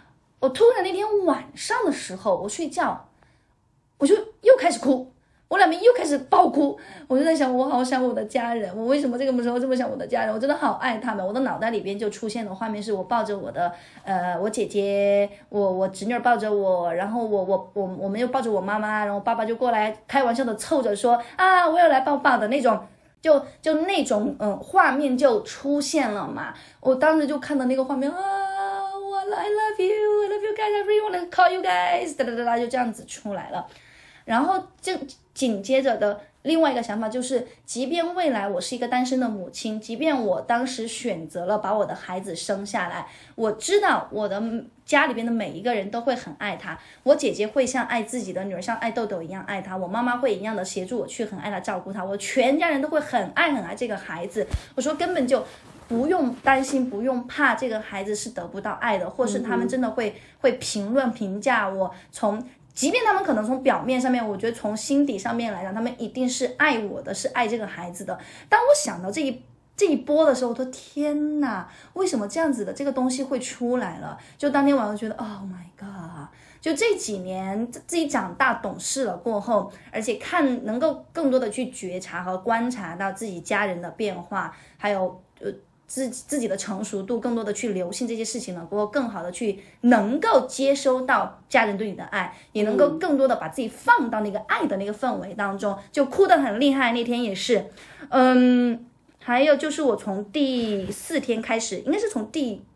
我突然那天晚上的时候，我睡觉，我就又开始哭。我两边又开始爆哭，我就在想，我好想我的家人，我为什么这个时候这么想我的家人？我真的好爱他们。我的脑袋里边就出现的画面是我抱着我的我姐姐，我侄女抱着我，然后我们又抱着我妈妈，然后爸爸就过来开玩笑的凑着说啊，我要来抱抱的那种，就那种画面就出现了嘛。我当时就看到那个画面啊，我 I love you, I love you guys, I really want to call you guys， 哒哒哒哒，就这样子出来了。然后就紧接着的另外一个想法就是，即便未来我是一个单身的母亲，即便我当时选择了把我的孩子生下来，我知道我的家里边的每一个人都会很爱他，我姐姐会像爱自己的女儿，像爱豆豆一样爱他，我妈妈会一样的协助我去很爱他照顾他，我全家人都会很爱这个孩子。我说根本就不用担心，不用怕这个孩子是得不到爱的，或是他们真的会评论评价我，即便他们可能从表面上面，我觉得从心底上面来讲，他们一定是爱我的，是爱这个孩子的。当我想到这一波的时候，我说天哪，为什么这样子的这个东西会出来了？就当天晚上觉得 Oh my God， 就这几年自己长大懂事了过后，而且能够更多的去觉察和观察到自己家人的变化，还有自己的成熟度，更多的去留心这些事情呢，过后更好的去能够接收到家人对你的爱，也能够更多的把自己放到那个爱的那个氛围当中，就哭得很厉害。那天也是，还有就是我从第4天开始，应该是从第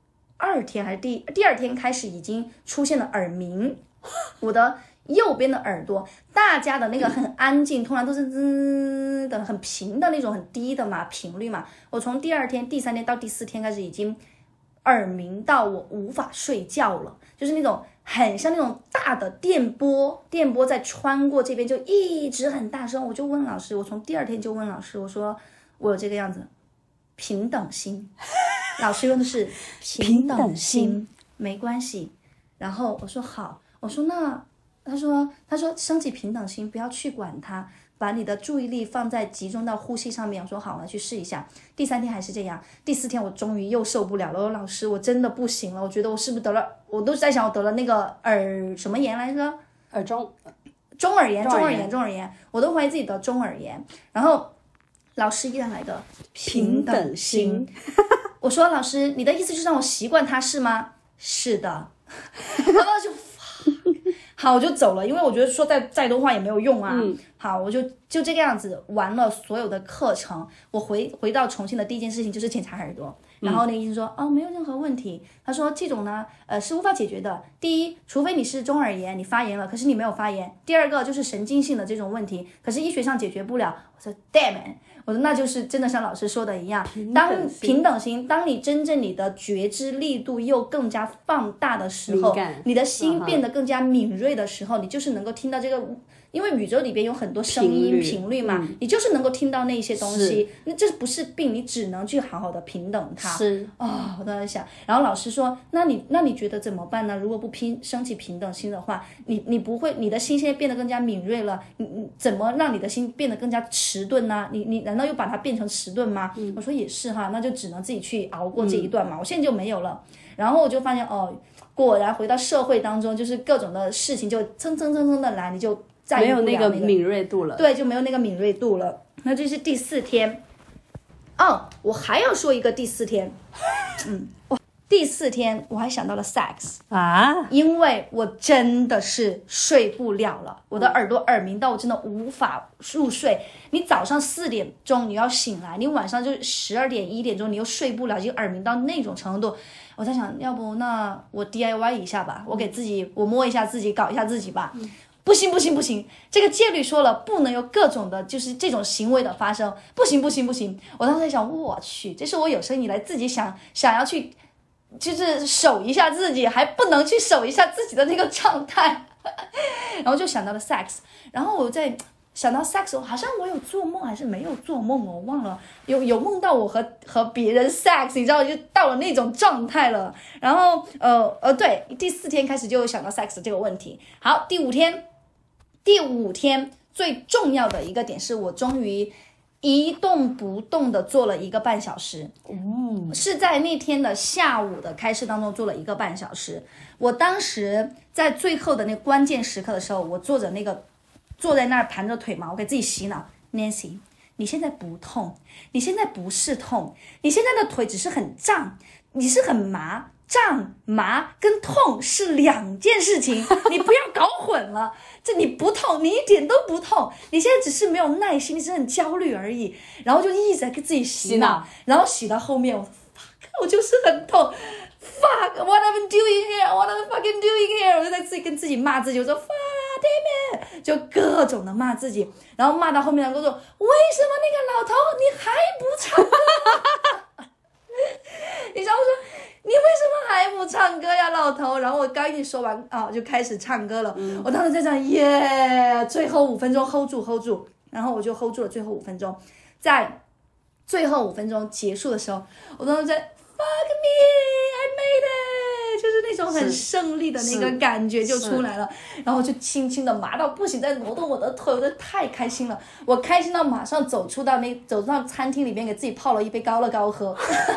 2天还是第2天开始，已经出现了耳鸣，我的右边的耳朵，大家的那个很安静，通常都是滋的很平的那种很低的嘛频率嘛。我从第2天、第3天到第4天开始，已经耳鸣到我无法睡觉了，就是那种很像那种大的电波在穿过这边，就一直很大声。我就问老师，我从第2天就问老师，我说我有这个样子，平等心。老师用的是平等心，没关系。然后我说好，我说那。他说升起平等心，不要去管它，把你的注意力集中到呼吸上面。我说好了，去试一下。第3天还是这样，第4天我终于又受不了了。我说老师，我真的不行了，我觉得我是不是得了？我都在想我得了那个耳什么炎来着？中耳炎，我都怀疑自己得中耳炎。然后老师依然来的平等心。我说老师，你的意思就是让我习惯它是吗？是的。然后就。好，我就走了，因为我觉得说再多话也没有用啊。好，我就这个样子完了所有的课程。我回到重庆的第一件事情就是检查耳朵，然后那个医生说哦没有任何问题，他说这种呢是无法解决的。第一，除非你是中耳炎，你发炎了，可是你没有发炎；第二个就是神经性的这种问题，可是医学上解决不了。我说 damn it， 我说那就是真的像老师说的一样，当平等心，当你真正你的觉知力度又更加放大的时候，你的心变得更加敏锐的时候，你就是能够听到这个。因为宇宙里边有很多声音频率嘛，你就是能够听到那些东西，那这不是病，你只能去好好的平等它。我都在想，然后老师说，那你觉得怎么办呢？如果不升起平等心的话，你不会，你的心现在变得更加敏锐了，你怎么让你的心变得更加迟钝呢？你难道又把它变成迟钝吗？我说也是哈，那就只能自己去熬过这一段嘛。我现在就没有了，然后我就发现果然回到社会当中，就是各种的事情就蹭蹭蹭蹭的来，你就。 没有那个敏锐度了， 对，就没有那个敏锐度了。那这是第4天。我还要说一个第4天。第4天我还想到了 sex 啊， 因为我真的是睡不了了，我的耳朵耳鸣到我真的无法入睡。你早上4点钟你要醒来，你晚上就12点1点钟你又睡不了，就耳鸣到那种程度。我在想，要不那我 DIY 一下吧，我摸一下自己，搞一下自己吧。不行，这个戒律说了不能有各种的就是这种行为的发生，不行。我当时在想，我去，这是我有生以来自己想要去就是守一下自己，还不能去守一下自己的那个状态。然后就想到了 sex， 然后我在想到 sex， 好像我有做梦还是没有做梦，我忘了，有梦到我和别人 sex， 你知道，就到了那种状态了。然后对，第4天开始就想到 sex 这个问题。好，第5天最重要的一个点是我终于一动不动的做了1个半小时，是在那天的下午的开市当中做了1个半小时。我当时在最后的那关键时刻的时候，我坐在那儿盘着腿嘛，我给自己洗脑 ，Nancy， 你现在不痛，你现在不是痛，你现在的腿只是很胀，你是很麻。胀麻跟痛是2件事情，你不要搞混了。这你不痛，你一点都不痛，你现在只是没有耐心，你只是很焦虑而已。然后就一直在给自己洗脑，然后洗到后面，我就是很痛 ，fuck what I'm doing here, what I'm fucking doing here， 我就在自己跟自己骂自己，我说 fuck damn it， 就各种的骂自己，然后骂到后面，我说为什么那个老头你还不唱歌？你知道我说。你为什么还不唱歌呀，老头？然后我刚一说完啊，就开始唱歌了。我当时在讲耶，最后5分钟 hold 住，然后我就 hold 住了最后5分钟。在最后5分钟结束的时候，我当时在 fuck me I made it， 就是那种很胜利的那个感觉就出来了。然后就轻轻的麻到不行，在挪动我的腿，我就太开心了。我开心到马上走出到餐厅里边，给自己泡了一杯高乐高喝。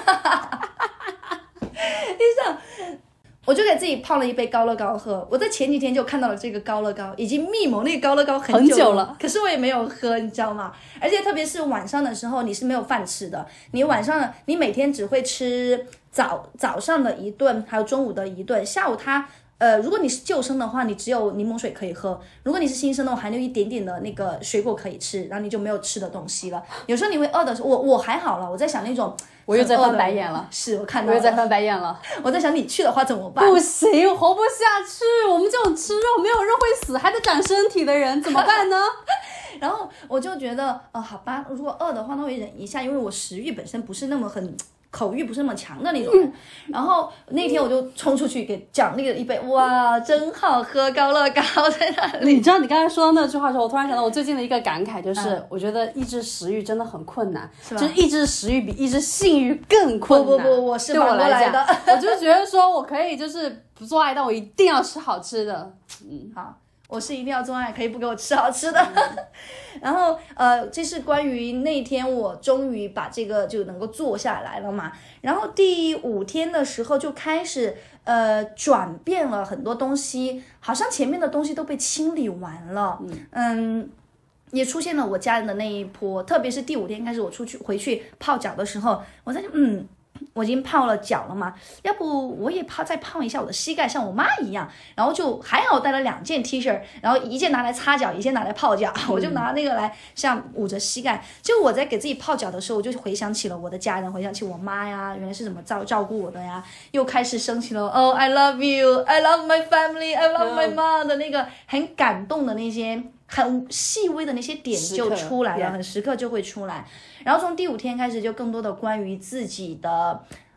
我就给自己泡了一杯高乐高喝。我在前几天就看到了这个高乐高，已经密谋那个高乐高很久了，可是我也没有喝，你知道吗？而且特别是晚上的时候，你是没有饭吃的，你每天只会吃早上的1顿，还有中午的1顿，下午如果你是旧生的话，你只有柠檬水可以喝；如果你是新生的话，还有一点点的那个水果可以吃，然后你就没有吃的东西了。有时候你会饿的时候，我还好了，我在想那种。 我又在翻白眼了， 是我看到了， 我又在翻白眼了。 我在想你去的话怎么办？ 不行，活不下去。我们这种吃肉没有肉会死，还得长身体的人怎么办呢？ 然后我就觉得，好吧，如果饿的话，那我也忍一下，因为我食欲本身不是那么口欲不是那么强的那种人。然后那天我就冲出去给奖励了一杯，哇，真好喝高乐高在那里。 你知道你刚才说的那句话的时候，我突然想到我最近的一个感慨，就是我觉得抑制食欲真的很困难，就是抑制食欲比抑制性欲更困难。 不，我是反过来的。 我就觉得说我可以就是不做爱，但我一定要吃好吃的。 好。我是一定要做爱，可以不给我吃好吃的。然后这是关于那天我终于把这个就能够做下来了嘛。然后第5天的时候就开始转变了很多东西，好像前面的东西都被清理完了。也出现了我家人的那一波，特别是第5天开始我回去泡脚的时候，我在我已经泡了脚了嘛，要不我也再泡一下我的膝盖，像我妈一样。然后就还好带了2件 T 恤，然后一件拿来擦脚，一件拿来泡脚，我就拿那个来像捂着膝盖。就我在给自己泡脚的时候，我就回想起了我的家人，回想起我妈呀，原来是怎么照顾我的呀，又开始升起了I love you, I love my family, I love my mom 的那个很感动的那些很细微的那些点就出来了，很时刻就会出来。然后从第5天开始，就更多的关于自己的，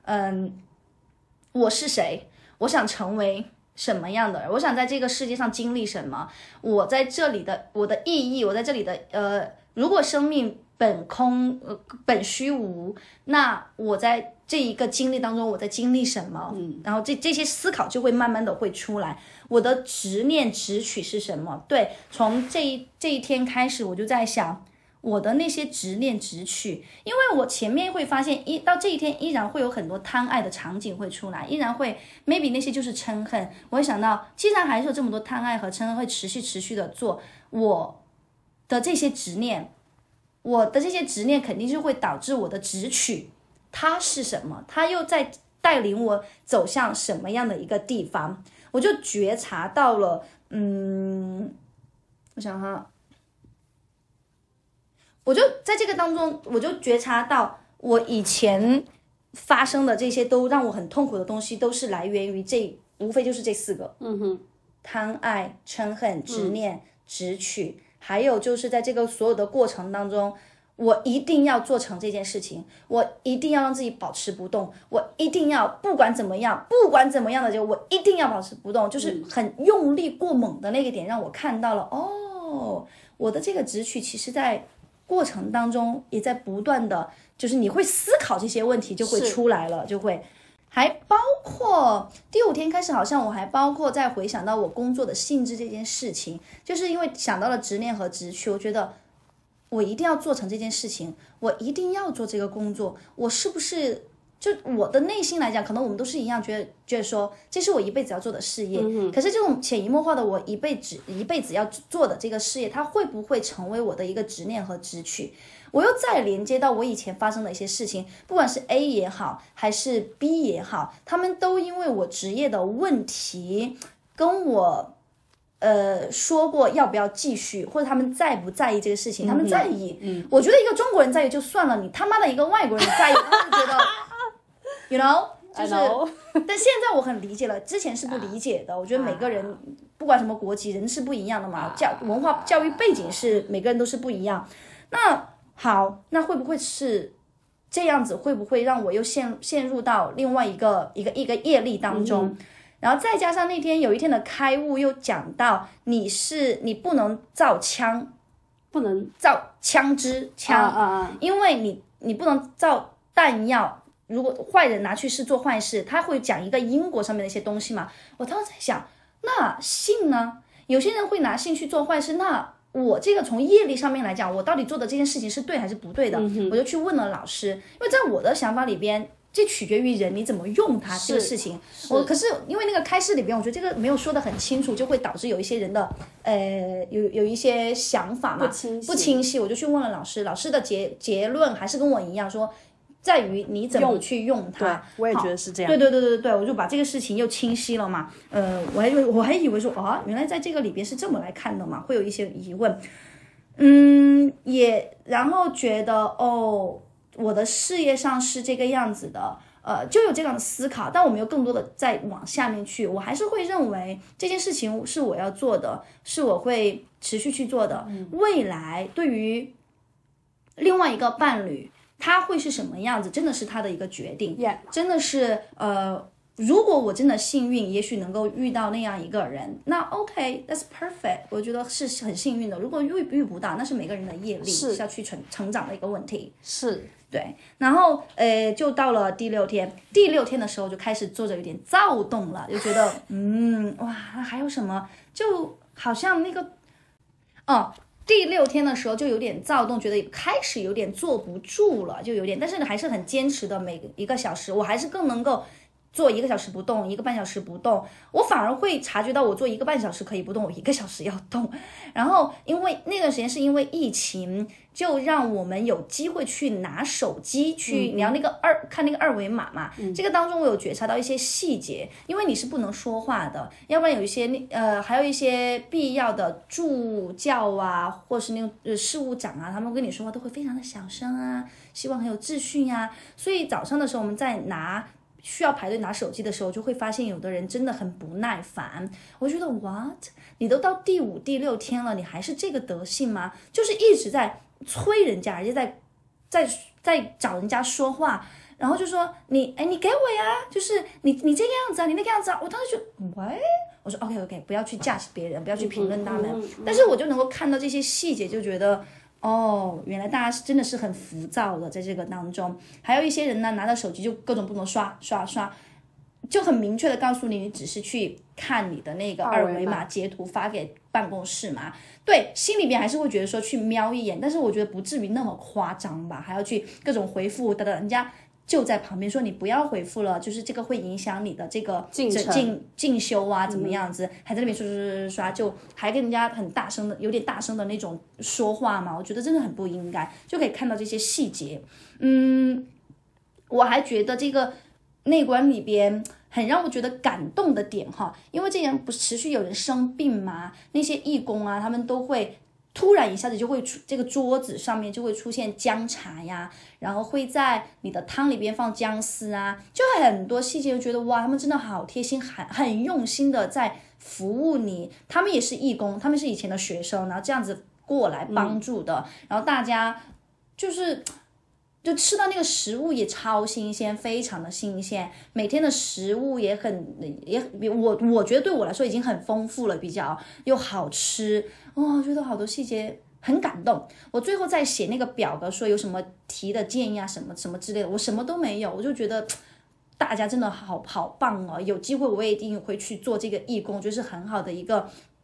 我是谁，我想成为什么样的人，我想在这个世界上经历什么，我在这里的我的意义，我在这里的如果生命本空本虚无，那我在这一个经历当中我在经历什么？然后这些思考就会慢慢的会出来。我的执念执取是什么？对，从这一天开始，我就在想我的那些执念执取，因为我前面会发现到这一天依然会有很多贪爱的场景会出来，依然会 maybe 那些就是嗔恨。我会想到，既然还是有这么多贪爱和嗔恨会持续的做，我的这些执念肯定就会导致我的执取，它是什么？它又在带领我走向什么样的一个地方？我就觉察到了，我想哈，我就在这个当中，我就觉察到我以前发生的这些都让我很痛苦的东西，都是来源于无非就是这4个，贪爱、嗔恨、执念、执取，还有就是在这个所有的过程当中，我一定要做成这件事情，我一定要让自己保持不动，我一定要不管怎么样的就我一定要保持不动，就是很用力过猛的那个点让我看到了，我的这个执取其实在过程当中也在不断的，就是你会思考这些问题就会出来了，就会还包括第5天开始，好像我还包括在回想到我工作的性质这件事情，就是因为想到了执念和执取，我觉得我一定要做成这件事情，我一定要做这个工作，我是不是就我的内心来讲，可能我们都是一样觉得说这是我一辈子要做的事业，可是这种潜移默化的我一辈子要做的这个事业，它会不会成为我的一个执念和执取？我又再连接到我以前发生的一些事情，不管是 A 也好还是 B 也好，他们都因为我职业的问题跟我说过要不要继续，或者他们在不在意这个事情，他们在意，我觉得一个中国人在意就算了，你他妈的一个外国人在意，他就觉得you know 就是但现在我很理解了，之前是不理解的。我觉得每个人不管什么国籍，人是不一样的嘛，文化教育背景是每个人都是不一样。那好，那会不会是这样子？会不会让我又陷入到另外一个业力当中？然后再加上那天有一天的开悟，又讲到你不能造枪， 不能造枪支，因为你不能造弹药。如果坏人拿去是做坏事，他会讲一个因果上面的一些东西嘛。我当时在想，那性呢？有些人会拿性去做坏事，那我这个从业力上面来讲，我到底做的这件事情是对还是不对的？我就去问了老师，因为在我的想法里边，这取决于人你怎么用它这个事情。可是因为那个开示里边，我觉得这个没有说得很清楚，就会导致有一些人的有一些想法嘛不清晰。我就去问了老师，老师的结论还是跟我一样说。在于你怎么去用它。 对，我也觉得是这样。 对，我就把这个事情又清晰了嘛。我还以为说原来在这个里边是这么来看的嘛，会有一些疑问。然后觉得我的事业上是这个样子的，就有这样的思考。但我没有更多的再往下面去，我还是会认为这件事情是我要做的，是我会持续去做的。未来对于另外一个伴侣。他会是什么样子，真的是他的一个决定，真的是如果我真的幸运，也许能够遇到那样一个人，那 OK，that's perfect， 我觉得是很幸运的。如果遇不到，那是每个人的业力，是要去成长的一个问题。 是， 对。然后就到了第六天的时候，就开始做着有点躁动了，就觉得哇，还有什么，就好像那个第6天的时候就有点躁动，觉得开始有点坐不住了，就有点，但是还是很坚持的，每1个小时，我还是更能够做1个小时不动，1个半小时不动，我反而会察觉到我做1个半小时可以不动，我1个小时要动。然后因为那段时间是因为疫情，就让我们有机会去拿手机去聊那个看那个2维码嘛。这个当中我有觉察到一些细节，因为你是不能说话的，要不然有一些还有一些必要的助教啊，或是那种事务长啊，他们跟你说话都会非常的小声啊，希望很有秩序啊。所以早上的时候我们在需要排队拿手机的时候，就会发现有的人真的很不耐烦。我觉得 what， 你都到第5、第6天了，你还是这个德性吗？就是一直在催人家，而且在找人家说话，然后就说你给我呀，就是你这个样子啊，你那个样子啊。我当时就喂，我说 OK， 不要去架起别人，不要去评论他们。但是我就能够看到这些细节，就觉得原来大家真的是很浮躁的，在这个当中。还有一些人呢，拿到手机就各种不能刷，就很明确的告诉你，你只是去看你的那个2维码截图发给办公室嘛。对，心里边还是会觉得说去瞄一眼，但是我觉得不至于那么夸张吧，还要去各种回复等等，人家就在旁边说你不要回复了，就是这个会影响你的这个进修啊，怎么样子，还在那边刷，就还跟人家很大声的，有点大声的那种说话嘛，我觉得真的很不应该，就可以看到这些细节。我还觉得这个内观里边很让我觉得感动的点因为这样不是持续有人生病嘛，那些义工啊，他们都会突然一下子就会这个桌子上面就会出现姜茶呀，然后会在你的汤里边放姜丝啊，就很多细节，就觉得哇，他们真的好贴心，很用心的在服务你。他们也是义工，他们是以前的学生，然后这样子过来帮助的，然后大家就吃到那个食物也超新鲜，非常的新鲜。每天的食物也我觉得对我来说已经很丰富了，比较又好吃。觉得好多细节很感动。我最后在写那个表格说有什么提的建议啊，什么什么之类的，我什么都没有。我就觉得大家真的好棒哦！有机会我也一定会去做这个义工，就是很好的一个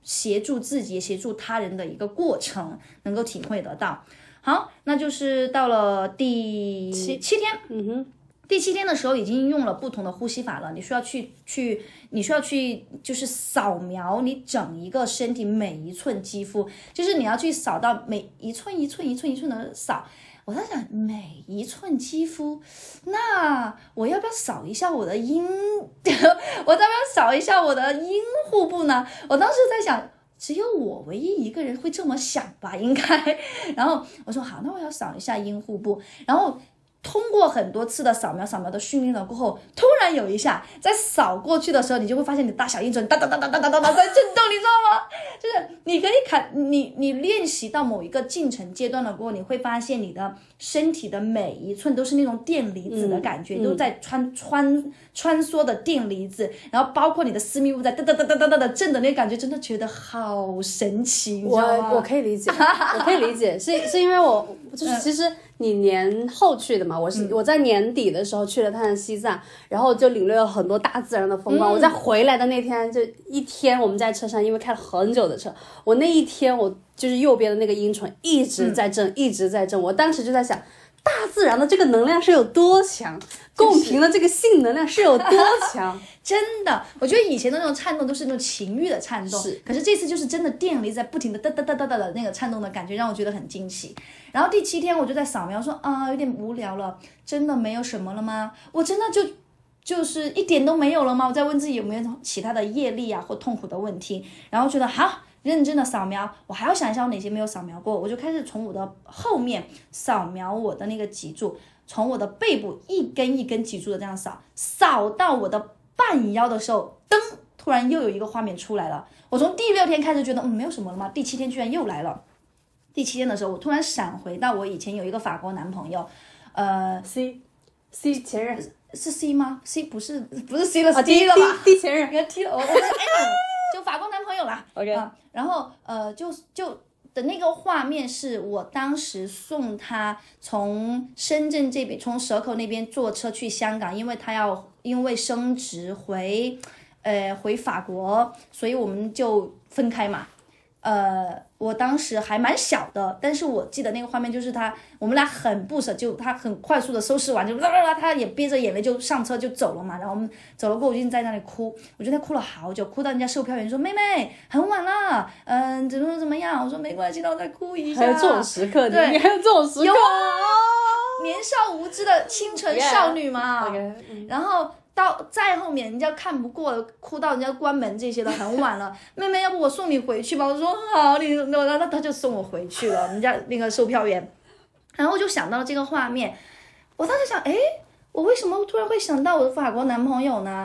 协助自己也协助他人的一个过程，能够体会得到。好，那就是到了第七天，第7天的时候已经用了不同的呼吸法了，你需要去就是扫描你整一个身体每一寸肌肤，就是你要去扫到每一寸一寸的扫。我在想每一寸肌肤，那我要不要扫一下我的我要不要扫一下我的阴户部呢？我当时在想，只有我唯一一个人会这么想吧，应该。然后我说好，那我要扫一下阴户部。然后通过很多次的扫描的训练了过后，突然有一下在扫过去的时候，你就会发现你大小阴唇哒哒哒哒哒哒哒哒在震动，你知道吗？就是你可以你练习到某一个进程阶段了过后，你会发现你的身体的每一寸都是那种电离子的感觉，都在穿梭的电离子，然后包括你的私密部在哒哒哒哒哒哒的震的那个感觉，真的觉得好神奇，你知道吗？ 我可以理解，是因为我就是其实你年后去的嘛，我在年底的时候去了趟西藏，然后就领略了很多大自然的风光。我在回来的那天就一天，我们在车上因为开了很久的车，我那一天我就是右边的那个阴唇一直在震，一直在震。我当时就在想，大自然的这个能量是有多强，共频的这个性能量是有多强。 真的，我觉得以前的那种颤动都是那种情欲的颤动，可是这次就是真的电离在不停的哒哒哒哒哒的那个颤动的感觉，让我觉得很惊喜。然后第7天我就在扫描说有点无聊了，真的没有什么了吗？我真的就是一点都没有了吗？我在问自己有没有其他的业力啊或痛苦的问题，然后觉得好认真的扫描，我还要想一下有哪些没有扫描过，我就开始从我的后面扫描我的那个脊柱，从我的背部一根一根脊柱的这样扫到我的半腰的时候，噔，突然又有一个画面出来了。我从第6天开始觉得没有什么了吗？第7天居然又来了。第7天的时候，我突然闪回到我以前有一个法国男朋友 C 前任是 C 吗？ C 不是 C 了，是 D 了吧？ D 前任， 你看 T 了，我说就法国男朋友啦。 OK， 然后就的那个画面是我当时送他从深圳这边，从蛇口那边坐车去香港，因为他因为升职回法国，所以我们就分开嘛。我当时还蛮小的，但是我记得那个画面就是我们俩很不舍，就他很快速的收拾完，就他也憋着眼泪就上车就走了嘛。然后我们走了过后，我就在那里哭，我就在哭了好久，哭到人家售票员说妹妹很晚了，怎么样？我说没关系，让我再哭一下。 还有这种时刻， 对， 你还有这种时刻， 有年少无知的清纯少女嘛。然后到再后面人家看不过了，哭到人家关门这些的，很晚了。妹妹，要不我送你回去吧？我说好，然后他就送我回去了，人家那个售票员。然后我就想到了这个画面，我当时想，我为什么突然会想到我的法国男朋友呢？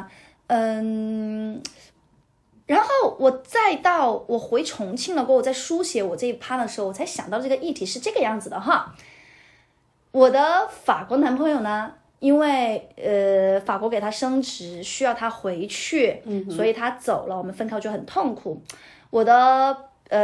然后我再到我回重庆了过后，我在书写我这一趴的时候，我才想到这个议题是这个样子的哈。我的法国男朋友呢，因为法国给他升职，需要他回去，所以他走了，我们分开就很痛苦。我的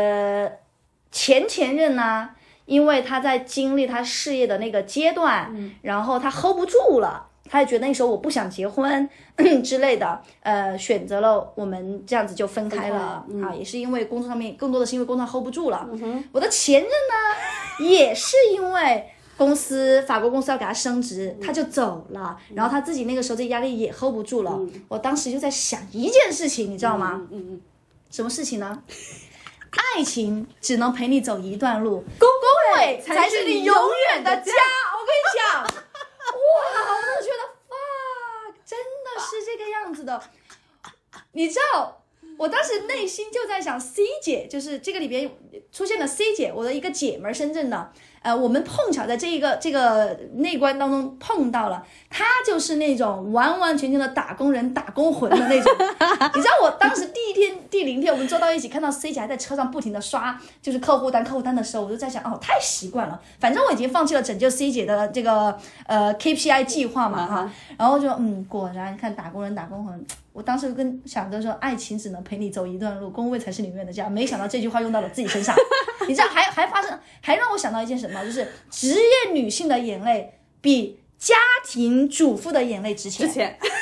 前任呢，因为他在经历他事业的那个阶段，然后他 hold 不住了，他也觉得那时候我不想结婚之类的，选择了我们这样子就分开了也是因为工作上面，更多的是因为工作 hold 不住了。我的前任呢，也是因为法国公司要给他升职，他就走了，然后他自己那个时候这压力也 hold 不住了。我当时就在想一件事情，你知道吗？什么事情呢？爱情只能陪你走一段路，恭维才是你永远的家。我跟你讲，哇，我就觉得真的是这个样子的。你知道，我当时内心就在想 ，C 姐就是这个里边出现了 C 姐，我的一个姐们儿，深圳的。我们碰巧在这个内观当中碰到了，他就是那种完完全全的打工人、打工魂的那种。你知道我当时第0天我们坐到一起，看到 C 姐还在车上不停的刷就是客户单的时候，我就在想，太习惯了，反正我已经放弃了拯救 C 姐的这个KPI 计划嘛哈。然后就果然看打工人、打工魂。我当时跟想着说，爱情只能陪你走一段路，工位才是你永远的家。没想到这句话用到了自己身上。你知道还让我想到一件什么，就是职业女性的眼泪比家庭主妇的眼泪值钱。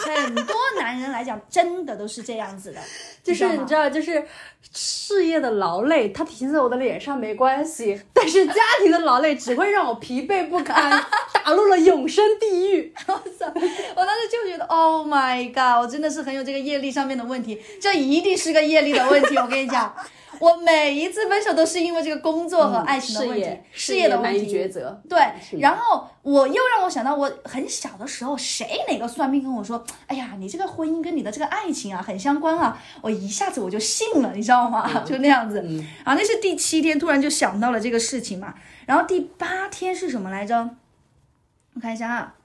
很多男人来讲，真的都是这样子的， 就是你知道，就是事业的劳累，它体现在我的脸上没关系，但是家庭的劳累只会让我疲惫不堪，打入了永生地狱。 我操！我当时就觉得 ，Oh my god， 我真的是很有这个业力上面的问题，这一定是个业力的问题。我跟你讲，我每一次分手都是因为这个工作和爱情的问题，事业的问题， 难以抉择。 对，然后我又让我想到，我很小的时候，哪个算命跟我说，哎呀，你这个婚姻跟你的这个爱情啊很相关啊，我一下子我就信了，你知道吗？就那样子。啊，那是第7天突然就想到了这个事情嘛。然后第8天是什么来着？我看一下啊。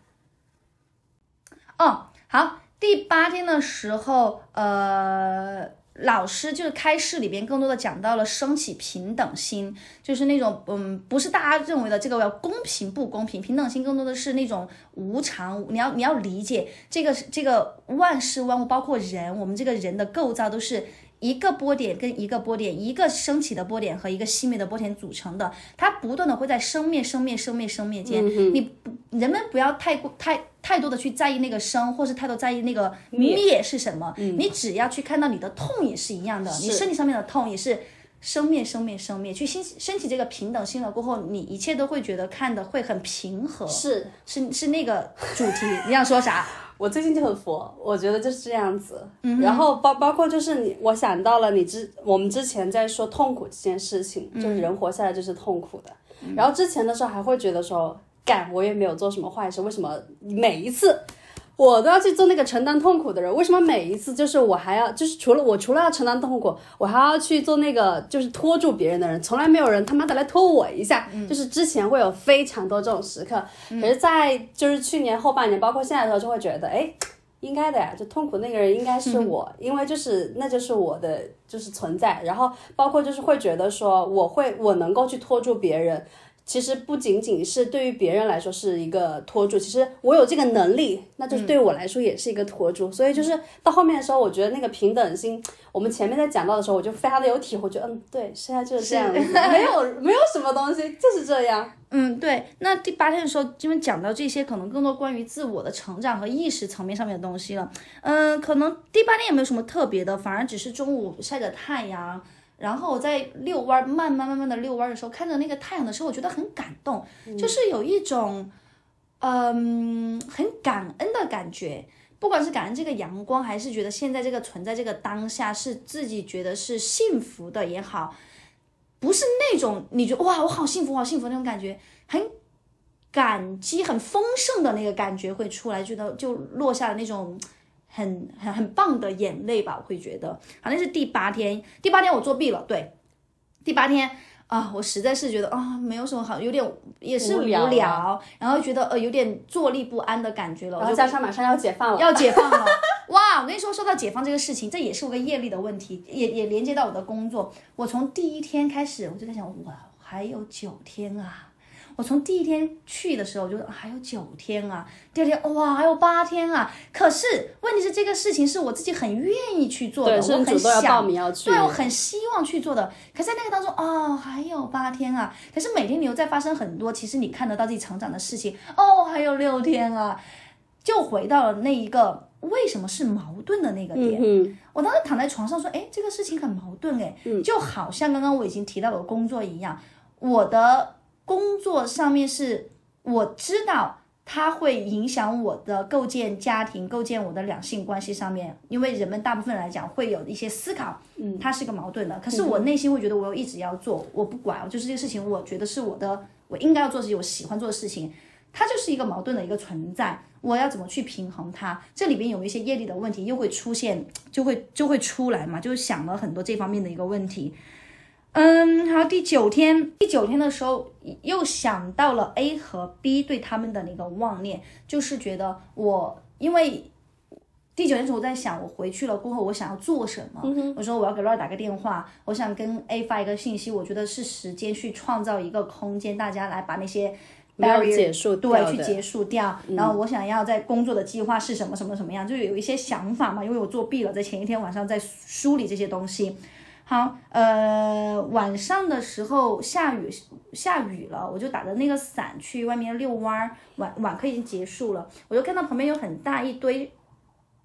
哦，好，第8天的时候，老师就是开示里边更多的讲到了升起平等心，就是那种不是大家认为的这个公平不公平，平等心更多的是那种无常，你要理解这个万事万物，包括人，我们这个人的构造都是一个波点跟一个波点，一个升起的波点和一个熄灭的波点组成的，它不断的会在生灭间，人们不要太多的去在意那个生，或是太多在意那个灭是什么，你只要去看到你的痛也是一样的，你身体上面的痛也是生灭，去升起这个平等心了过后，你一切都会觉得看的会很平和，是那个主题。你想说啥？ 我最近就很佛，我觉得就是这样子。然后包括就是我想到了我们之前在说痛苦这件事情，就是人活下来就是痛苦的。然后之前的时候还会觉得说，我也没有做什么坏事，为什么每一次我都要去做那个承担痛苦的人？为什么每一次就是我还要就是除了要承担痛苦，我还要去做那个就是拖住别人的人？从来没有人他妈的来拖我一下。就是之前会有非常多这种时刻，可是在就是去年后半年，包括现在的时候，就会觉得应该的呀，就痛苦那个人应该是我，因为那就是我的就是存在。然后包括就是会觉得说我能够去拖住别人。其实不仅仅是对于别人来说是一个拖住，其实我有这个能力，那就是对我来说也是一个拖住。所以就是到后面的时候，我觉得那个平等心，我们前面在讲到的时候，我就非常的有体会，觉得对，现在就是这样子，没有什么东西，就是这样。 对。那第8天的时候，因为讲到这些，可能更多关于自我的成长和意识层面上面的东西了。可能第8天也没有什么特别的，反而只是中午晒着太阳。然后我在遛弯，慢慢的遛弯的时候，看着那个太阳的时候，我觉得很感动，就是有一种，很感恩的感觉。不管是感恩这个阳光，还是觉得现在这个存在这个当下是自己觉得是幸福的也好，不是那种你觉得哇我好幸福那种感觉，很感激、很丰盛的那个感觉会出来，觉得就落下了那种。很棒的眼泪吧，我会觉得。好，那是第8天。第8天我作弊了，对。第8天啊，我实在是觉得没有什么好，有点也是无聊，然后觉得有点坐立不安的感觉了。 然后加上马上要解放了， 哇！我跟你说到解放这个事情，这也是我个业力的问题，也连接到我的工作。我从第1天开始，我就在想，哇，还有9天啊。我从第1天去的时候，我就还有9天啊，第2天哇还有8天啊。可是问题是这个事情是我自己很愿意去做的， 我很想报名要去， 对，我很希望去做的。可是在那个当中还有8天啊，可是每天你又在发生很多其实你看得到自己成长的事情，还有6天啊，就回到了那一个为什么是矛盾的那个点。我当时躺在床上说，这个事情很矛盾就好像刚刚我已经提到了工作一样，我的工作上面是我知道它会影响我的构建家庭、构建我的两性关系上面，因为人们大部分来讲会有一些思考，它是个矛盾的。可是我内心会觉得我一直要做，我不管，就是这个事情，我觉得是我应该要做的事情，我喜欢做的事情，它就是一个矛盾的一个存在。我要怎么去平衡它？这里边有一些业力的问题又会出现，就会出来嘛，就是想了很多这方面的一个问题。好，第9天的时候又想到了 A 和 B 对他们的那个妄念，就是觉得因为第9天的时候我在想，我回去了过后我想要做什么。我说我要给 Roy 打个电话，我想跟 A 发一个信息，我觉得是时间去创造一个空间，大家来把那些结束掉， 去结束掉。然后我想要在工作的计划是什么样，就有一些想法嘛，因为我作弊了，在前一天晚上在梳理这些东西。好，晚上的时候下雨了，我就打着那个伞去外面遛弯，晚课已经结束了，我就看到旁边有很大一堆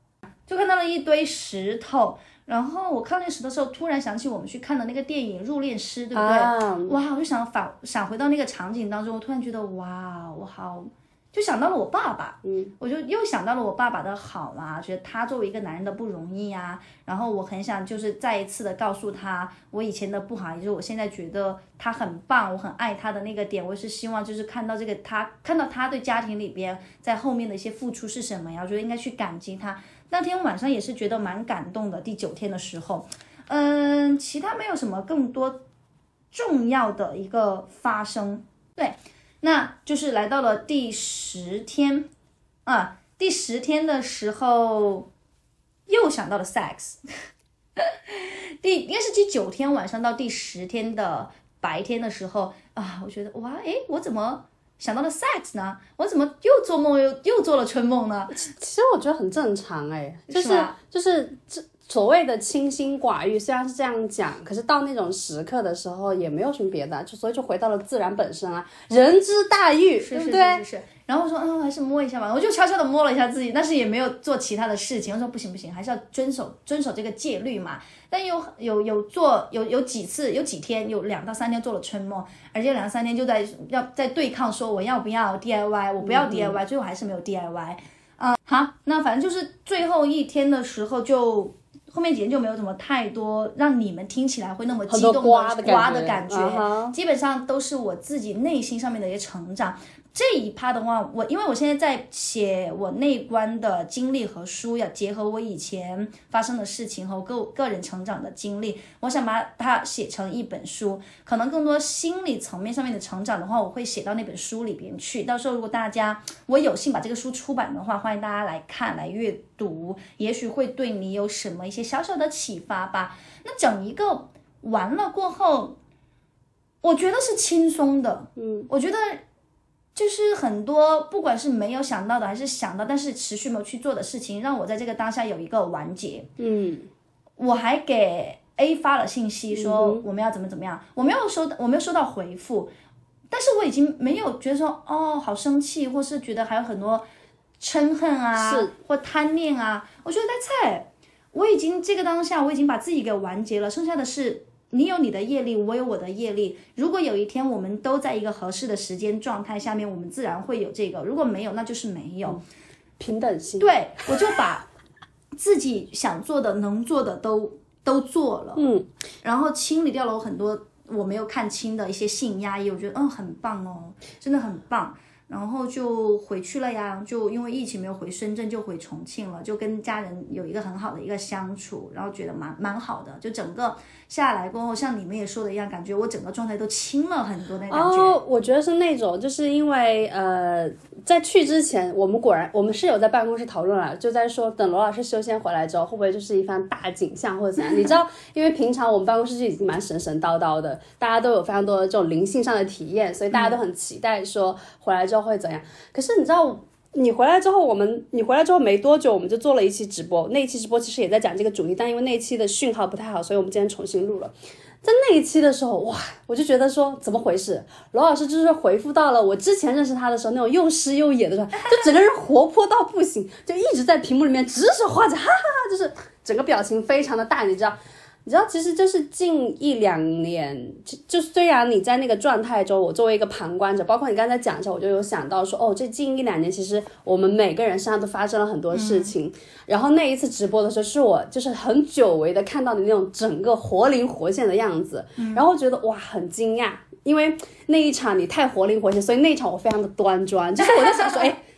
就看到了一堆石头。然后我看那个石头的时候，突然想起我们去看的那个电影《入殓师》，对不对？哇，我就想回到那个场景当中，我突然觉得哇，我好。就想到了我爸爸，我就又想到了我爸爸的好啊，觉得他作为一个男人的不容易啊，然后我很想就是再一次的告诉他我以前的不好，也就是我现在觉得他很棒，我很爱他的那个点，我是希望就是看到他对家庭里边在后面的一些付出是什么呀，我觉得应该去感激他。那天晚上也是觉得蛮感动的，第9天的时候，其他没有什么更多重要的一个发生，对。那就是来到了第10天啊，第10天的时候又想到了 sex 应该是第9天晚上到第10天的白天的时候啊，我觉得哇，我怎么想到了 sex 呢？我怎么又做梦又做了春梦呢？ 其实我觉得很正常就是所谓的清心寡欲，虽然是这样讲，可是到那种时刻的时候也没有什么别的，所以就回到了自然本身啊，人之大欲，对不对？ 是。然后我说，还是摸一下吧，我就悄悄的摸了一下自己，但是也没有做其他的事情。我说不行，还是要遵守这个戒律嘛。但有几次，有几天，有2到3天做了春梦，而且2到3天就在对抗，说我要不要 DIY， 我不要 DIY，最后还是没有 DIY。好，那反正就是最后一天的时候就。后面几天就没有什么太多让你们听起来会那么激动的刮的感觉，基本上都是我自己内心上面的一些成长。这一趴的话，因为我现在在写我内观的经历和书，要结合我以前发生的事情和个人成长的经历，我想把它写成一本书。可能更多心理层面上面的成长的话，我会写到那本书里边去。到时候如果我有幸把这个书出版的话，欢迎大家来看来阅读，也许会对你有什么一些小小的启发吧。那整一个完了过后，我觉得是轻松的，我觉得。就是很多不管是没有想到的还是想到但是持续没有去做的事情，让我在这个当下有一个完结。我还给 A 发了信息说我们要怎么样，我没有收到回复，但是我已经没有觉得说好生气，或是觉得还有很多嗔恨啊或贪念啊。我觉得在我已经这个当下我已经把自己给完结了，剩下的是你有你的业力，我有我的业力。如果有一天我们都在一个合适的时间状态下面，我们自然会有这个，如果没有那就是没有。 平等心。 对，我就把自己想做的能做的都做了，然后清理掉了我很多我没有看清的一些性压抑，我觉得很棒哦，真的很棒。然后就回去了呀，就因为疫情没有回深圳，就回重庆了，就跟家人有一个很好的一个相处，然后觉得蛮好的。就整个下来过后，像你们也说的一样，感觉我整个状态都轻了很多的感觉。 我觉得是那种，就是因为在去之前，我们是有在办公室讨论了，就在说等罗老师修仙回来之后，会不会就是一番大景象或者怎样？你知道，因为平常我们办公室就已经蛮神神叨叨的，大家都有非常多的这种灵性上的体验，所以大家都很期待说回来之后会怎样。可是你知道，你回来之后没多久，我们就做了一期直播，那一期直播其实也在讲这个主题，但因为那一期的讯号不太好，所以我们今天重新录了。在那一期的时候，哇，我就觉得说怎么回事？罗老师就是回复到了我之前认识他的时候那种又湿又野的时候，就整个人活泼到不行，就一直在屏幕里面指手画脚，哈哈哈，就是整个表情非常的大，你知道，其实就是近1-2年，就虽然你在那个状态中，我作为一个旁观者，包括你刚才讲一下，我就有想到说，这近1-2年，其实我们每个人身上都发生了很多事情。然后那一次直播的时候，是我就是很久违的看到你那种整个活灵活现的样子，然后觉得哇，很惊讶，因为那一场你太活灵活现，所以那一场我非常的端庄，就是我在想说，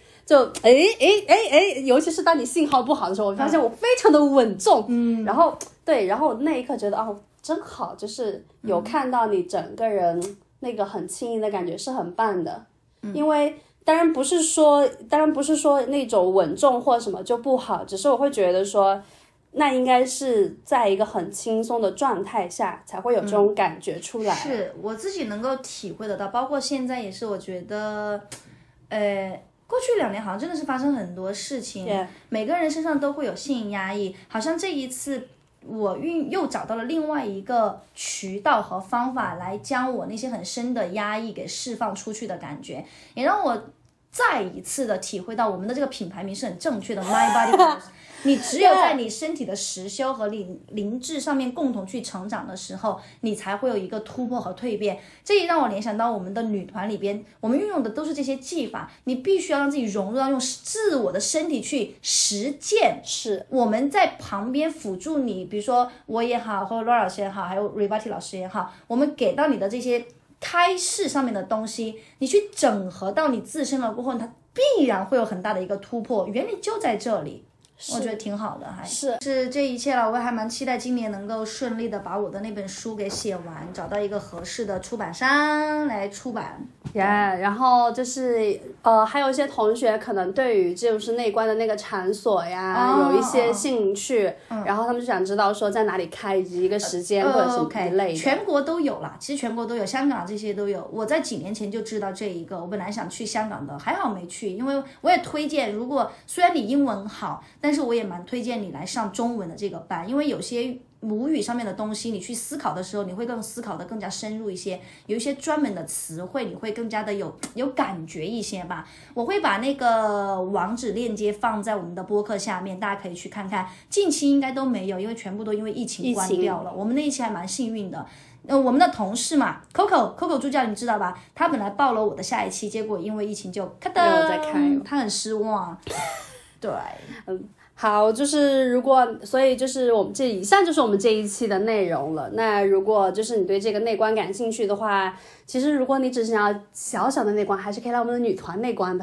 尤其是当你信号不好的时候，我发现我非常的稳重，然后那一刻觉得真好，就是有看到你整个人那个很轻盈的感觉是很棒的，因为当然不是说那种稳重或什么就不好，只是我会觉得说那应该是在一个很轻松的状态下才会有这种感觉出来。 是我自己能够体会得到，包括现在也是，我觉得过去2年好像真的是发生很多事情，每个人身上都会有性压抑，好像这一次我又找到了另外一个渠道和方法来将我那些很深的压抑给释放出去的感觉，也让我再一次的体会到我们的这个品牌名是很正确的 My Body Goals 你只有在你身体的实修和灵智上面共同去成长的时候，你才会有一个突破和蜕变。这也让我联想到我们的女团里边，我们运用的都是这些技法，你必须要让自己融入到用自我的身体去实践。 是我们在旁边辅助你，比如说我也好，或者 Laura 老师也好，还有 Rivati 老师也好，我们给到你的这些开示上面的东西，你去整合到你自身了过后，它必然会有很大的一个突破，原理就在这里。我觉得挺好的，还是这一切了。我还蛮期待今年能够顺利的把我的那本书给写完，找到一个合适的出版商来出版。 然后就是还有一些同学可能对于就是内观的那个场所呀，有一些兴趣，然后他们就想知道说在哪里开以及一个时间或者什么之类的。 全国都有啦，其实全国都有，香港这些都有。我在几年前就知道这一个，我本来想去香港的，还好没去，因为我也推荐，如果虽然你英文好，但是我也蛮推荐你来上中文的这个班，因为有些母语上面的东西，你去思考的时候，你会思考的更加深入一些，有一些专门的词汇，你会更加的有感觉一些吧。我会把那个网址链接放在我们的播客下面，大家可以去看看。近期应该都没有，因为全部都因为疫情关掉了。我们那一期还蛮幸运的。我们的同事嘛 ，Coco 助教你知道吧？他本来报了我的下一期，结果因为疫情就咔噔， 没有再开， 他很失望。对， 好，就是所以就是我们以上就是我们这一期的内容了。那如果就是你对这个内观感兴趣的话，其实如果你只是想要小小的内观，还是可以来我们的女团内观的。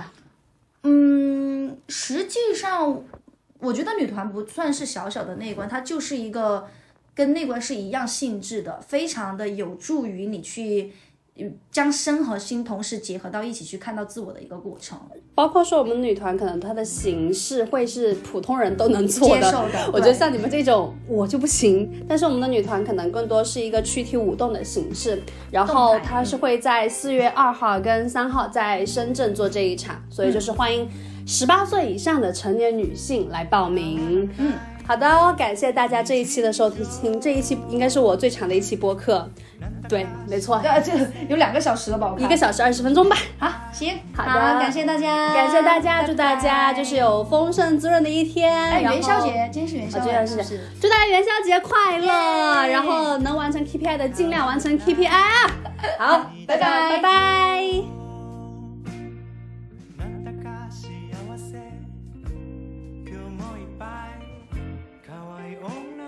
实际上我觉得女团不算是小小的内观，它就是一个跟内观是一样性质的，非常的有助于你去将身和心同时结合到一起去看到自我的一个过程。 包括说我们女团可能它的形式会是普通人都能做的， 接受的。 我觉得像你们这种我就不行，但是我们的女团可能更多是一个躯体舞动的形式，然后它是会在4月2号跟3号在深圳做这一场，所以就是欢迎18岁以上的成年女性来报名。好的，感谢大家这一期的收听，这一期应该是我最长的一期播客。对，没错， 这有2个小时了吧 ？1个小时20分钟吧。 好，行， 好的， 感谢大家， 感谢大家，祝大家就是有丰盛滋润的一天。 元宵节，今天是元宵节， 祝大家元宵节快乐，然后能完成 KPI 的尽量完成 KPI 啊！好，拜拜，拜拜。 可愛い女